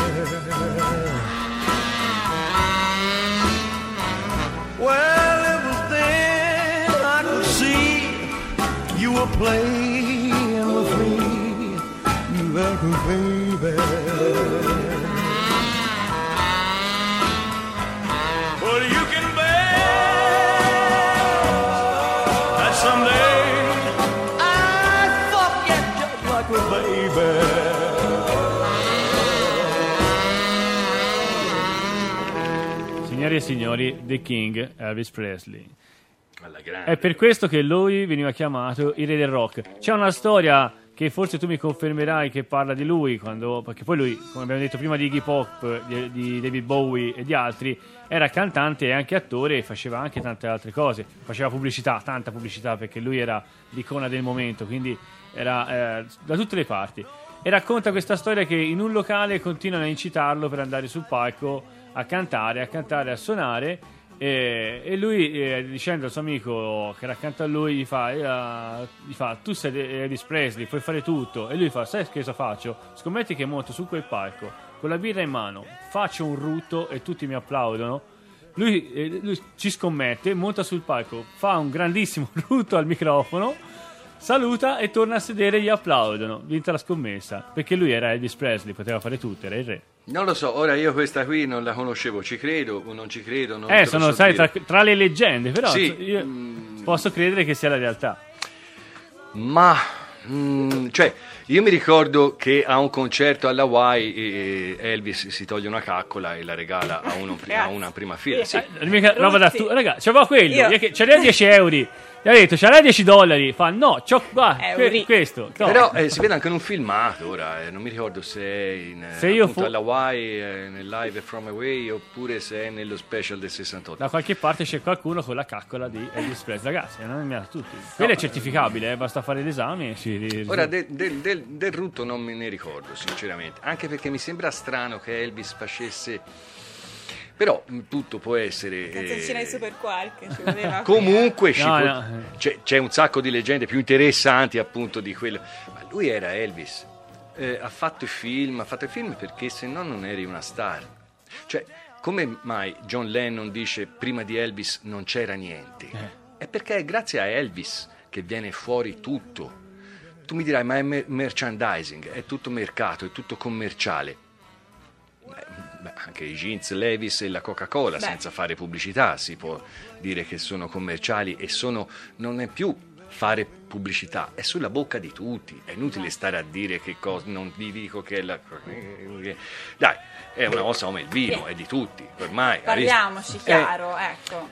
Well, it was then I could see you were playing with me like a baby. But you can bet that someday I'd forget just like a baby. Signori e signori, The King, Elvis Presley. Alla grande. È per questo che lui veniva chiamato il re del rock. C'è una storia che forse tu mi confermerai che parla di lui, quando, perché poi lui, come abbiamo detto prima di Iggy Pop, di, di David Bowie e di altri, era cantante e anche attore e faceva anche tante altre cose. Faceva pubblicità, tanta pubblicità, perché lui era l'icona del momento, quindi era eh, da tutte le parti. E racconta questa storia che in un locale continuano a incitarlo per andare sul palco a cantare, a cantare, a suonare, e, e lui eh, dicendo al suo amico che era accanto a lui gli fa, eh, gli fa tu sei Elvis Presley, puoi fare tutto, e lui fa sai che cosa faccio? Scommetti che monto su quel palco con la birra in mano, faccio un rutto e tutti mi applaudono. Lui, eh, lui ci scommette, monta sul palco, fa un grandissimo rutto al microfono, saluta e torna a sedere e gli applaudono. Vinta la scommessa, perché lui era Elvis Presley, poteva fare tutto, era il re. Non lo so, ora io questa qui non la conoscevo, ci credo o non ci credo. Non Eh, te lo sono, so sai, tra, dire. tra le leggende, però Sì, io mm. posso credere che sia la realtà. Ma, mm, cioè, io mi ricordo che a un concerto alla Hawaii eh, Elvis si toglie una caccola e la regala a, uno, a una prima fila. Sì. Eh, mica roba da tu, raga, c'aveva quello, Io- io che- c'aveva dieci euro. Gli ha detto, c'era dieci dollari. Fa, no, c'ho qua, que- Euri. questo. no. Però eh, si vede anche in un filmato ora, eh, non mi ricordo se è in, eh, Se io appunto fu- alla Hawaii, eh, nel Live From Away, oppure se è nello special del sessantotto. Da qualche parte c'è qualcuno con la caccola di Elvis Presley. Ragazzi, non è tutti. Quello è certificabile, eh, basta fare l'esame e si... Ora de- del- del- del rutto non me ne ricordo sinceramente, anche perché mi sembra strano che Elvis facesse, però mh, tutto può essere Canzoncina eh, di Super Quark ci voleva. comunque ci No, pot- no. C'è, c'è un sacco di leggende più interessanti appunto di quello, ma lui era Elvis. Eh, ha fatto i film ha fatto i film perché se no non eri una star. Cioè, come mai John Lennon dice prima di Elvis non c'era niente? È perché è grazie a Elvis che viene fuori tutto. Tu mi dirai, ma è mer- merchandising, è tutto mercato, è tutto commerciale. Beh, beh, anche i jeans Levi's e la Coca-Cola, Beh. senza fare pubblicità, si può dire che sono commerciali e sono, non è più fare pubblicità, è sulla bocca di tutti. È inutile stare a dire che cosa, non vi dico che è la... Dai, è una cosa come il vino, è di tutti, ormai. Parliamoci Eh, chiaro, ecco.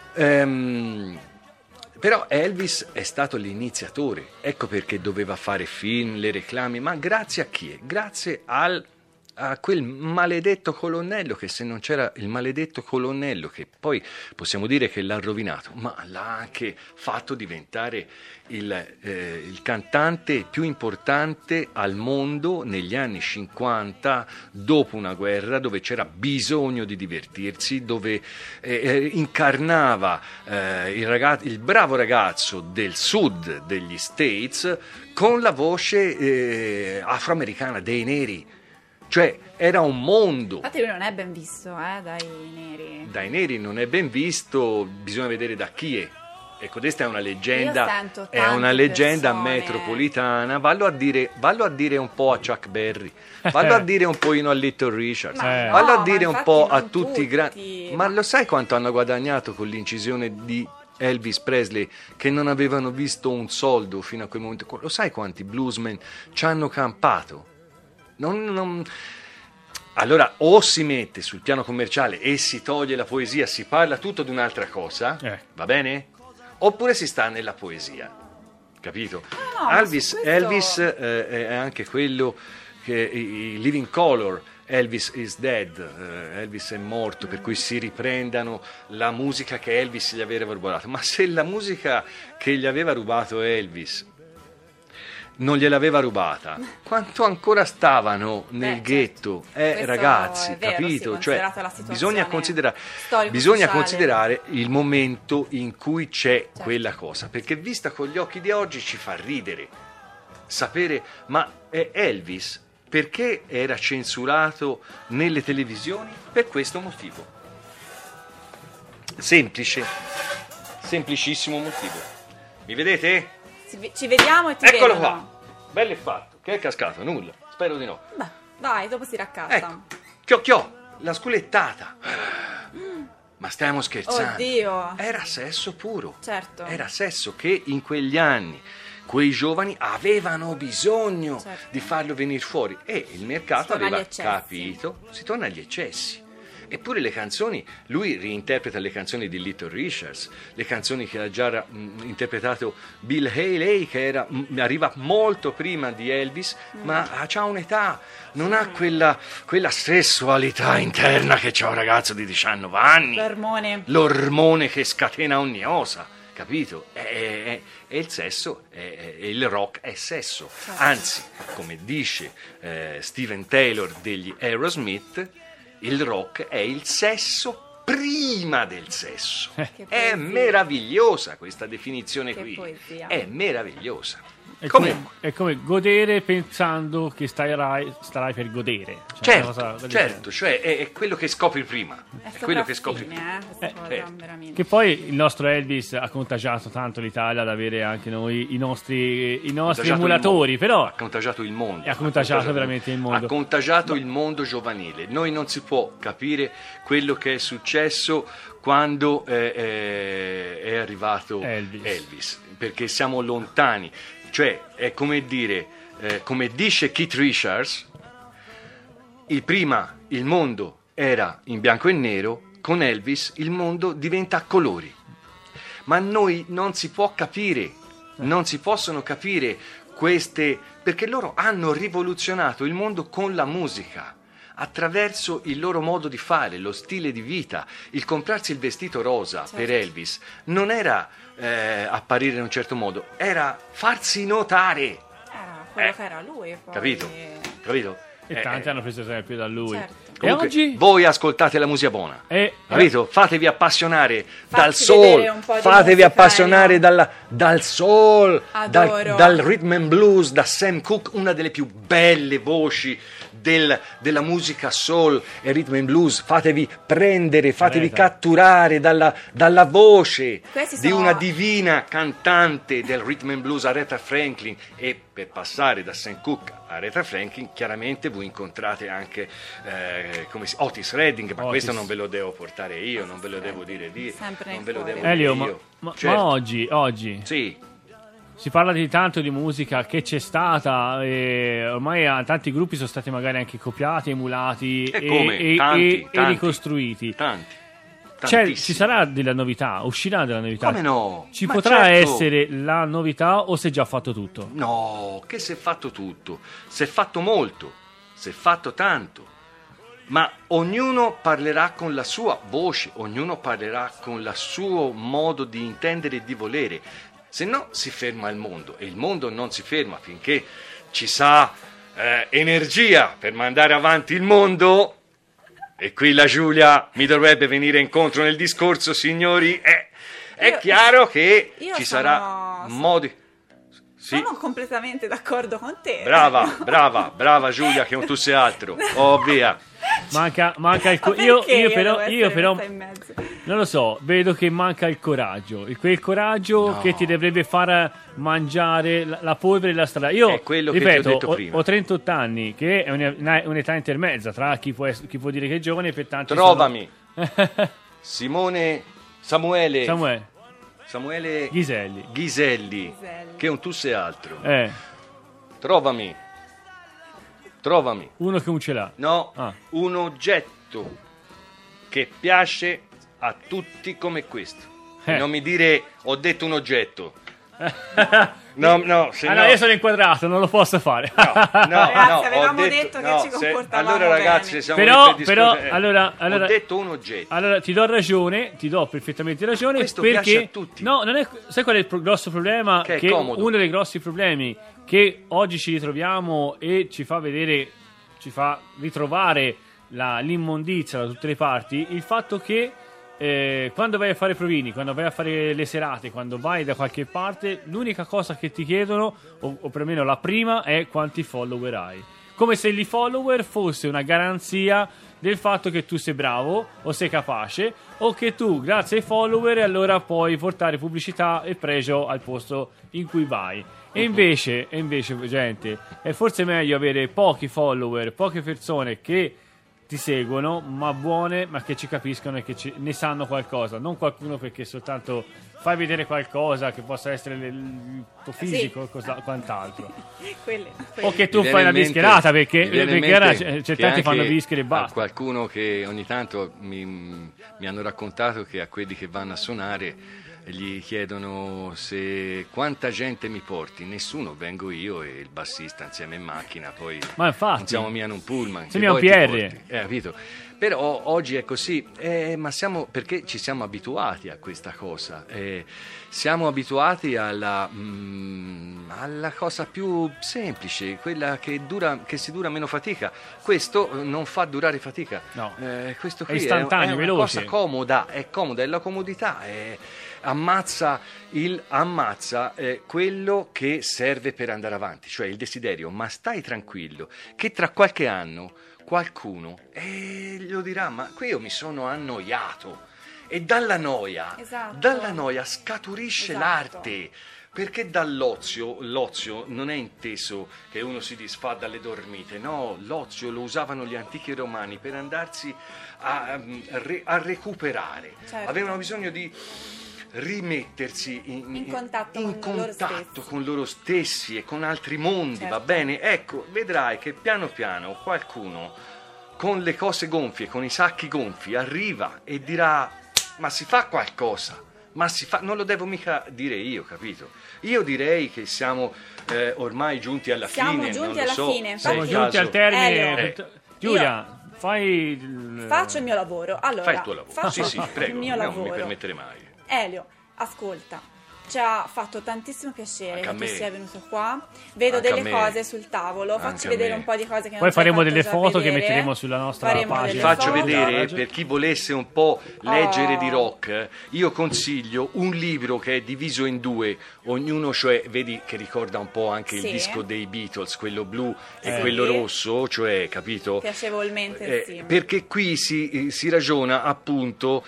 Ehm, però Elvis è stato l'iniziatore, ecco perché doveva fare film, le reclami, ma grazie a chi? Grazie al, a quel maledetto colonnello, che se non c'era il maledetto colonnello, che poi possiamo dire che l'ha rovinato, ma l'ha anche fatto diventare il, eh, il cantante più importante al mondo negli anni cinquanta, dopo una guerra dove c'era bisogno di divertirsi, dove eh, eh, incarnava eh, il, ragazzo, il bravo ragazzo del sud degli States con la voce eh, afroamericana dei neri. Cioè era un mondo. Infatti lui non è ben visto, eh, dai neri. Dai neri non è ben visto, bisogna vedere da chi è. e questa è una Io leggenda, sento è una tante leggenda persone- metropolitana. Vallo a dire, vallo a dire un po' a Chuck Berry, vallo a dire un pochino a Little Richards, Ma Eh. vallo no, a ma dire un infatti po' a non tutti i grandi. tutti, Ma ma- lo sai quanto hanno guadagnato con l'incisione di Elvis Presley, che non avevano visto un soldo fino a quel momento? Lo sai quanti bluesmen ci hanno campato? Non, non... Allora, o si mette sul piano commerciale e si toglie la poesia, si parla tutto di un'altra cosa, Eh. va bene? Oppure si sta nella poesia, capito? no, ma Elvis, su questo- Elvis eh, è anche quello che i, i Living Color, Elvis is dead, eh, Elvis è morto, per cui si riprendano la musica che Elvis gli aveva rubato. Ma se la musica che gli aveva rubato Elvis non gliel'aveva rubata, quanto ancora stavano nel Beh, ghetto, certo. eh, Questo ragazzi, è vero, capito? sì, Cioè, considerata la situazione bisogna considerare, storico-sociale. bisogna considerare il momento in cui c'è Certo. quella cosa, perché vista con gli occhi di oggi ci fa ridere sapere, ma è Elvis perché era censurato nelle televisioni? Per questo motivo. Semplice, semplicissimo motivo. Mi vedete? Ci- Ci vediamo e ti Eccolo vedono. qua. Bello e fatto. Che è cascato? Nulla. Spero di no. Beh, dai, dopo si raccassa. Ecco. Chiò chiò, la sculettata. Ma stiamo scherzando. Oddio. Era sesso puro. Certo. Era sesso che in quegli anni quei giovani avevano bisogno Certo. di farlo venire fuori e il mercato Si torna aveva agli eccessi. capito, si torna agli eccessi. Eppure le canzoni, lui reinterpreta le canzoni di Little Richards, le canzoni che ha già mh, interpretato Bill Haley, che era, mh, arriva molto prima di Elvis, Mm. ma ha un'età, non ha quella, quella sessualità interna che c'ha un ragazzo di diciannove anni. L'ormone. L'ormone che scatena ogni osa, capito? E, e- e il sesso, è- è- il rock è sesso. Anzi, come dice eh, Steven Taylor degli Aerosmith, il rock è il sesso prima del sesso. Che È poesia. meravigliosa questa definizione Che qui. poesia. È meravigliosa. È come, Comunque, è come godere pensando che starai, starai per godere. Cioè, certo, una cosa del certo, cioè è, è quello che scopri prima. È È quello che scopri sopraffine, prima. eh, questa Eh, cosa, certo. veramente. Che poi il nostro Elvis ha contagiato tanto l'Italia ad avere anche noi i nostri, i nostri Contagiato il emulatori, mondo. però ha contagiato il mondo. E ha contagiato veramente il mondo. Ha contagiato il mondo giovanile. Noi non si può capire quello che è successo quando eh, eh, è arrivato Elvis. Elvis, perché siamo lontani. Cioè, è come dire, eh, come dice Keith Richards, il prima il mondo era in bianco e nero, con Elvis il mondo diventa a colori. Ma noi non si può capire, non si possono capire queste, perché loro hanno rivoluzionato il mondo con la musica, attraverso il loro modo di fare, lo stile di vita. Il comprarsi il vestito rosa per Elvis non era eh, apparire in un certo modo, era farsi notare, Era quello Eh. che era lui. Poi... capito? Capito? e Eh, tanti eh. hanno preso esempio da lui. Certo. E Comunque, oggi voi ascoltate la musica buona, Eh, capito? Fatevi appassionare dal Facci soul, vedere un po' di fatevi musica, appassionare Elio. dalla- dal soul, dal, Adoro. dal rhythm and blues, da Sam Cooke, una delle più belle voci del- della musica soul e rhythm and blues. Fatevi prendere, fatevi Aretha. catturare dalla, dalla voce Questi di sono- una divina cantante del rhythm and blues, Aretha Franklin. E per passare da Sam Cooke a Aretha Franklin, chiaramente voi incontrate anche eh, come si, Otis Redding, ma Otis. questo non ve lo devo portare io, non ve lo devo dire di, Sempre nei non ve lo cuori. devo dire Elio, ma, io. ma- Certo. ma oggi, oggi Sì, si parla di tanto di musica che c'è stata e ormai eh, tanti gruppi sono stati magari anche copiati, emulati E e, come? e- Tanti, e- e tanti. ricostruiti. tanti. Cioè, tantissimi. ci sarà della novità, uscirà della novità. Come no? Ci Ma potrà certo. essere la novità o si è già fatto tutto? No, che si è fatto tutto, si è fatto molto, si è fatto tanto, ma ognuno parlerà con la sua voce, ognuno parlerà con il suo modo di intendere e di volere, se no si ferma il mondo e il mondo non si ferma finché ci sa eh, energia per mandare avanti il mondo. E qui la Giulia mi dovrebbe venire incontro nel discorso, signori. Eh, è Io- chiaro che io ci sono- sarà sono- modi. Sì. Sono completamente d'accordo con te. Brava, brava, brava Giulia, che non tu sei altro. Oh, via. Manca, manca il co- Ma io, perché io però, devo io essere però messa in mezzo? non lo so, vedo che manca il coraggio, il- quel coraggio No. che ti dovrebbe far mangiare la, la polvere della strada. Io, È quello che ti ho ripeto, detto ho, prima. ho trentotto anni, che è un- una- un'età intermezza tra chi può, ess- chi può dire che è giovane e per tanti Trovami. sono- Simone Samuele Samuele Samuele Ghiselli. Ghiselli, Ghiselli. che un tu sei altro. Eh, Trovami. Trovami. uno che non ce l'ha. No, Ah. un oggetto che piace a tutti come questo. Eh. Non mi dire ho detto un oggetto. No, no, se Ah, no, no, io sono inquadrato, non lo posso fare. no, no, Ragazzi, no, ho avevamo detto che no, ci se- comportavamo allora ragazzi, bene. siamo Però- lì per però, discutere. Eh, allora- allora- ho detto un oggetto. Allora ti do ragione, ti do perfettamente ragione Questo perché piace a tutti. no, non è, sai qual è il pro- grosso problema? Che è comodo. uno dei grossi problemi che oggi ci ritroviamo e ci fa vedere, ci fa ritrovare la- l'immondizia da tutte le parti, il fatto che eh, quando vai a fare provini, quando vai a fare le serate, quando vai da qualche parte, l'unica cosa che ti chiedono, o, o perlomeno la prima, è quanti follower hai. Come se i follower fosse una garanzia del fatto che tu sei bravo o sei capace, o che tu, grazie ai follower, allora puoi portare pubblicità e pregio al posto in cui vai. E invece, e invece, gente, è forse meglio avere pochi follower, poche persone che ti seguono, ma buone, ma che ci capiscono e che ci- ne sanno qualcosa, non qualcuno perché soltanto fai vedere qualcosa che possa essere le- il tuo fisico o cosa- quant'altro. Quelle- O quelle. che tu Mi fai viene una in mente- bischerata perché, mi viene in perché ora mente c'è, c'è che tanti che fanno anche bischere e a basta. qualcuno che ogni tanto mi, mi hanno raccontato che a quelli che vanno a suonare gli chiedono se quanta gente mi porti. Nessuno, vengo io e il bassista insieme in macchina, poi Ma infatti. non siamo mica in un pullman. Sei che mica un poi ti P R. porti. Eh, capito? Però oggi è così, eh, ma siamo, perché ci siamo abituati a questa cosa, eh, siamo abituati alla, mm, alla cosa più semplice, quella che, dura, che si dura meno fatica. Questo eh, non fa durare fatica. No. Eh, questo È qui è, istantaneo, è una veloce. cosa comoda, è comoda, è la comodità, è- ammazza, il, ammazza eh, quello che serve per andare avanti, cioè il desiderio. Ma stai tranquillo che tra qualche anno qualcuno eh, glielo dirà, ma qui io mi sono annoiato, e dalla noia, Esatto. dalla noia scaturisce Esatto. l'arte. Perché dall'ozio, l'ozio non è inteso che uno si disfà dalle dormite, no, l'ozio lo usavano gli antichi romani per andarsi a, a re- a recuperare, Certo. avevano bisogno di rimettersi in, In contatto in con loro contatto stessi. con loro stessi e con altri mondi, Certo. va bene? Ecco, vedrai che piano piano qualcuno con le cose gonfie, con i sacchi gonfi, arriva e dirà, ma si fa qualcosa. Ma si fa, non lo devo mica dire io, capito? Io direi che siamo eh, ormai giunti alla Siamo fine. giunti non lo alla so, fine, se è Siamo il infatti- giunti caso- al termine. Elio. per- Giulia, fai il... Faccio il mio lavoro. Allora, Fai il tuo lavoro. faccio Sì, sì, prego, il mio non mi lavoro. permettere mai. Elio, ascolta. Ci ha fatto tantissimo piacere Anche a che tu me. sia venuto qua. Vedo Anche a delle me. cose sul tavolo. Anche Facci a vedere me. un po' di cose che non Poi ci hai faremo fatto delle già foto che vedere. metteremo sulla nostra Faremo pagina. Vi delle faccio foto. vedere, per chi volesse un po' leggere Oh. di rock, eh, io consiglio un libro che è diviso in due, ognuno, cioè, vedi che ricorda un po' anche Sì. il disco dei Beatles, quello blu e Eh. quello Sì. rosso, cioè, capito? Piacevolmente Eh, insieme. perché qui si, si ragiona appunto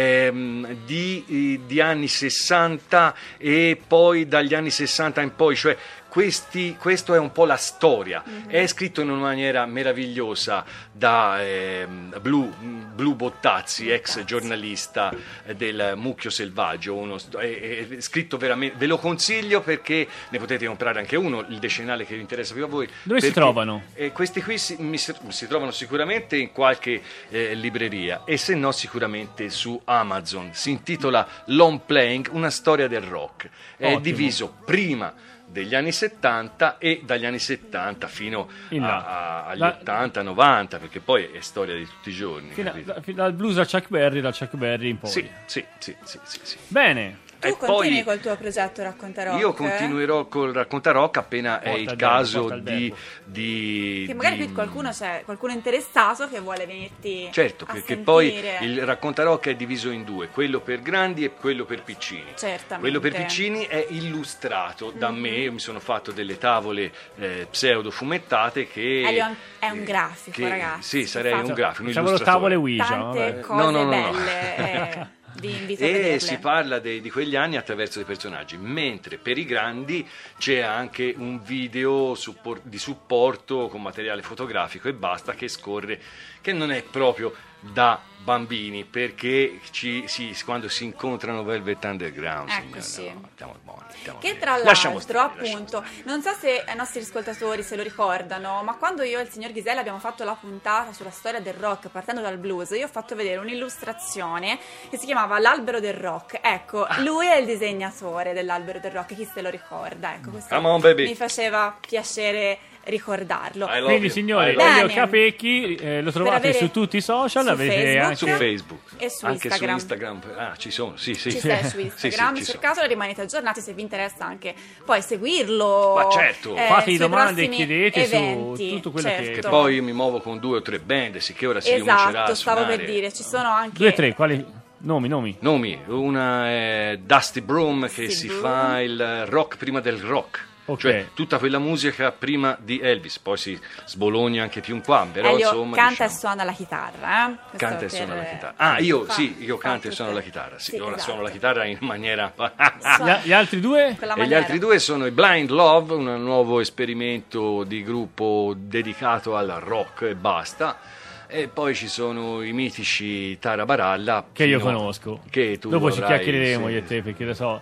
ehm, di, eh, di anni sessanta e poi dagli anni sessanta in poi, cioè questi, questo è un po' la storia. Mhm. È scritto in una maniera meravigliosa da ehm, Blu, Blu Bottazzi, ex giornalista del Mucchio Selvaggio, uno, st- è, è scritto veramente, ve lo consiglio perché ne potete comprare anche uno, il decennale che vi interessa più a voi. Dove si perché, trovano? eh, questi qui si, mi si- si trovano sicuramente in qualche eh, libreria e se no sicuramente su Amazon. Si intitola Long Playing, una storia del rock. È Ottimo. diviso prima degli anni settanta e dagli anni settanta fino In là. a- a- agli La- ottanta novanta, perché poi è storia di tutti i giorni. Fino a- capito? da- fino dal blues a Chuck Berry, da Chuck Berry in poi. Sì, sì, sì, sì, sì, sì. Bene. Tu E continui poi col tuo progetto Racconta Rock? io continuerò col Racconta Rock appena è Porta il al verbo, caso porta al di, verbo. di Che magari di- qui qualcuno c'è, qualcuno interessato che vuole venirti Certo, a perché sentire. poi il Racconta Rock è diviso in due, quello per grandi e quello per piccini. Certamente. Quello per piccini è illustrato da Mhm. me, io mi sono fatto delle tavole eh, pseudo fumettate che... Elio è un grafico, che- ragazzi. Sì, sarei Faccio un grafico, un Facciamo lo illustratore. tavole Ouija. Tante vabbè. cose No, no, no, no. belle. eh. Vi invito a e vederle. si parla de- di quegli anni attraverso dei personaggi, mentre per i grandi c'è anche un video suppor- di supporto con materiale fotografico e basta, che scorre, che non è proprio da bambini, perché ci, si, quando si incontrano Velvet Underground, Ecco, signore, sì. no, stiamo buoni, stiamo Che bene. tra Lasciamo l'altro, stare, lasciamo appunto, stare. non so se i nostri ascoltatori se lo ricordano, ma quando io e il signor Ghiselli abbiamo fatto la puntata sulla storia del rock partendo dal blues, io ho fatto vedere un'illustrazione che si chiamava L'albero del rock. Ecco, lui è il disegnatore dell'albero del rock, chi se lo ricorda? Ecco, questo Come on, baby. mi faceva piacere ricordarlo. I love Quindi you, signori, I love Bene. Elio Capecchi eh, lo trovate avere su tutti i social, su avete Facebook, anche Su Facebook e su anche Instagram. su Instagram. Ah, ci sono, sì, sì. Ci stai su Sì, sì, Instagram, ci sono. cercatelo e rimanete aggiornati se vi interessa anche poi seguirlo. Ma certo. eh, fate sui domande e prossimi chiedete su eventi, tutto quello che- Che certo. poi io mi muovo con due o tre band, sì, che ora si ricomincerà Esatto, a stavo suonare. per dire, ci sono anche due tre, quali nomi, nomi? Nomi, una è Dusty Broom, che Dusty si Broom. fa il rock prima del rock. Ok. Cioè tutta quella musica prima di Elvis, poi si sbologna anche più in qua, però Elio insomma canta diciamo, e suona la chitarra, eh? Questo canta e per- suona la chitarra. Ah, io fa- sì, io fa canto e tutte- suono la chitarra, sì, Sì, ora esatto. suono la chitarra in maniera Suona- Gli, gli altri due? quella E gli maniera. altri due sono i Blind Love, un nuovo esperimento di gruppo dedicato al rock e basta. E poi ci sono i mitici Tara Baralla, Che io fino- conosco. che tu Dopo ci avrai, chiacchiereremo sì. io e te, perché lo so.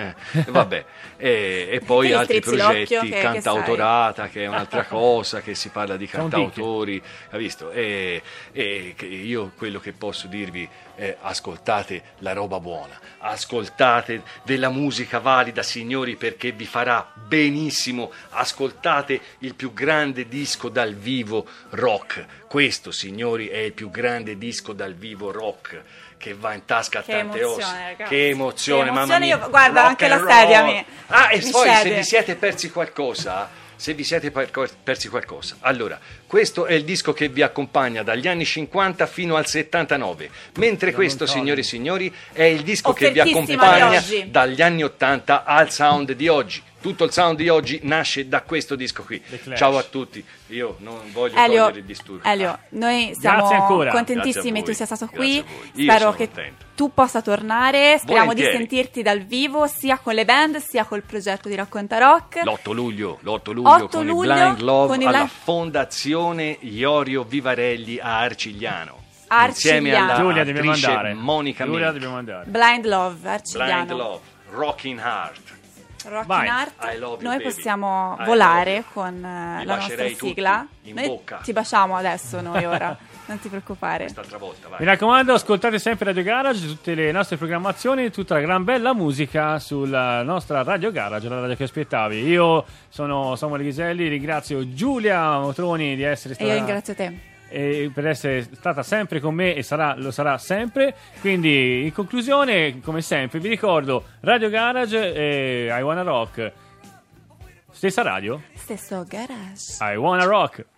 Vabbè, e, e poi Ti altri strizzi l'occhio, progetti, che- che Cantautorata, che è un'altra cosa, che si parla di Sound cantautori, hai visto? E, e che io quello che posso dirvi è: ascoltate la roba buona, ascoltate della musica valida, signori, perché vi farà benissimo. Ascoltate il più grande disco dal vivo rock. Questo, signori, è il più grande disco dal vivo rock che va in tasca a Che tante emozione, ossa. ragazzi. Che emozione, Che mamma emozione, mia. io- guarda, Rock anche and la sedia roll. mi- Ah, e mi poi se scede. vi siete persi qualcosa, se vi siete per- persi qualcosa, allora, questo è il disco che vi accompagna dagli anni cinquanta fino al settantanove, mentre questo, non signori e signori, è il disco che vi Offertissima accompagna di oggi. dagli anni ottanta al sound di oggi. Tutto il sound di oggi nasce da questo disco qui. The Clash. Ciao a tutti, io non voglio Elio, togliere il disturbo. Elio, noi siamo Grazie ancora. contentissimi Grazie a tu voi. sia stato Grazie qui. a voi. Io Spero sono che contento. tu possa tornare. Speriamo di Volentieri. sentirti dal vivo sia con le band sia col progetto di Racconta Rock. l'otto luglio, l'otto luglio otto con luglio il Blind Love con il alla Blind- Fondazione Iorio Vivarelli a Arcigliano. Arcigliano. Insieme alla Giulia, dobbiamo attrice andare. Monica Giulia, Milk. dobbiamo andare. Blind Love, Arcigliano. Blind Love, Rocking Heart. Rock Vai. in Art. I love you, Noi baby. possiamo I love volare you. con eh, Vi la nostra bacerei tutti sigla. in Noi bocca. ti baciamo adesso noi ora, non ti preoccupare. Quest'altra volta, vai. Mi raccomando, ascoltate sempre Radio Garage, tutte le nostre programmazioni, tutta la gran bella musica sulla nostra Radio Garage, la radio che aspettavi. Io sono Samuele Ghiselli, ringrazio Giulia Motroni di essere E stata io ringrazio te. e per essere stata sempre con me e sarà, lo sarà sempre. Quindi in conclusione, come sempre, vi ricordo Radio Garage e I Wanna Rock. Stessa radio? Stesso garage. I Wanna Rock.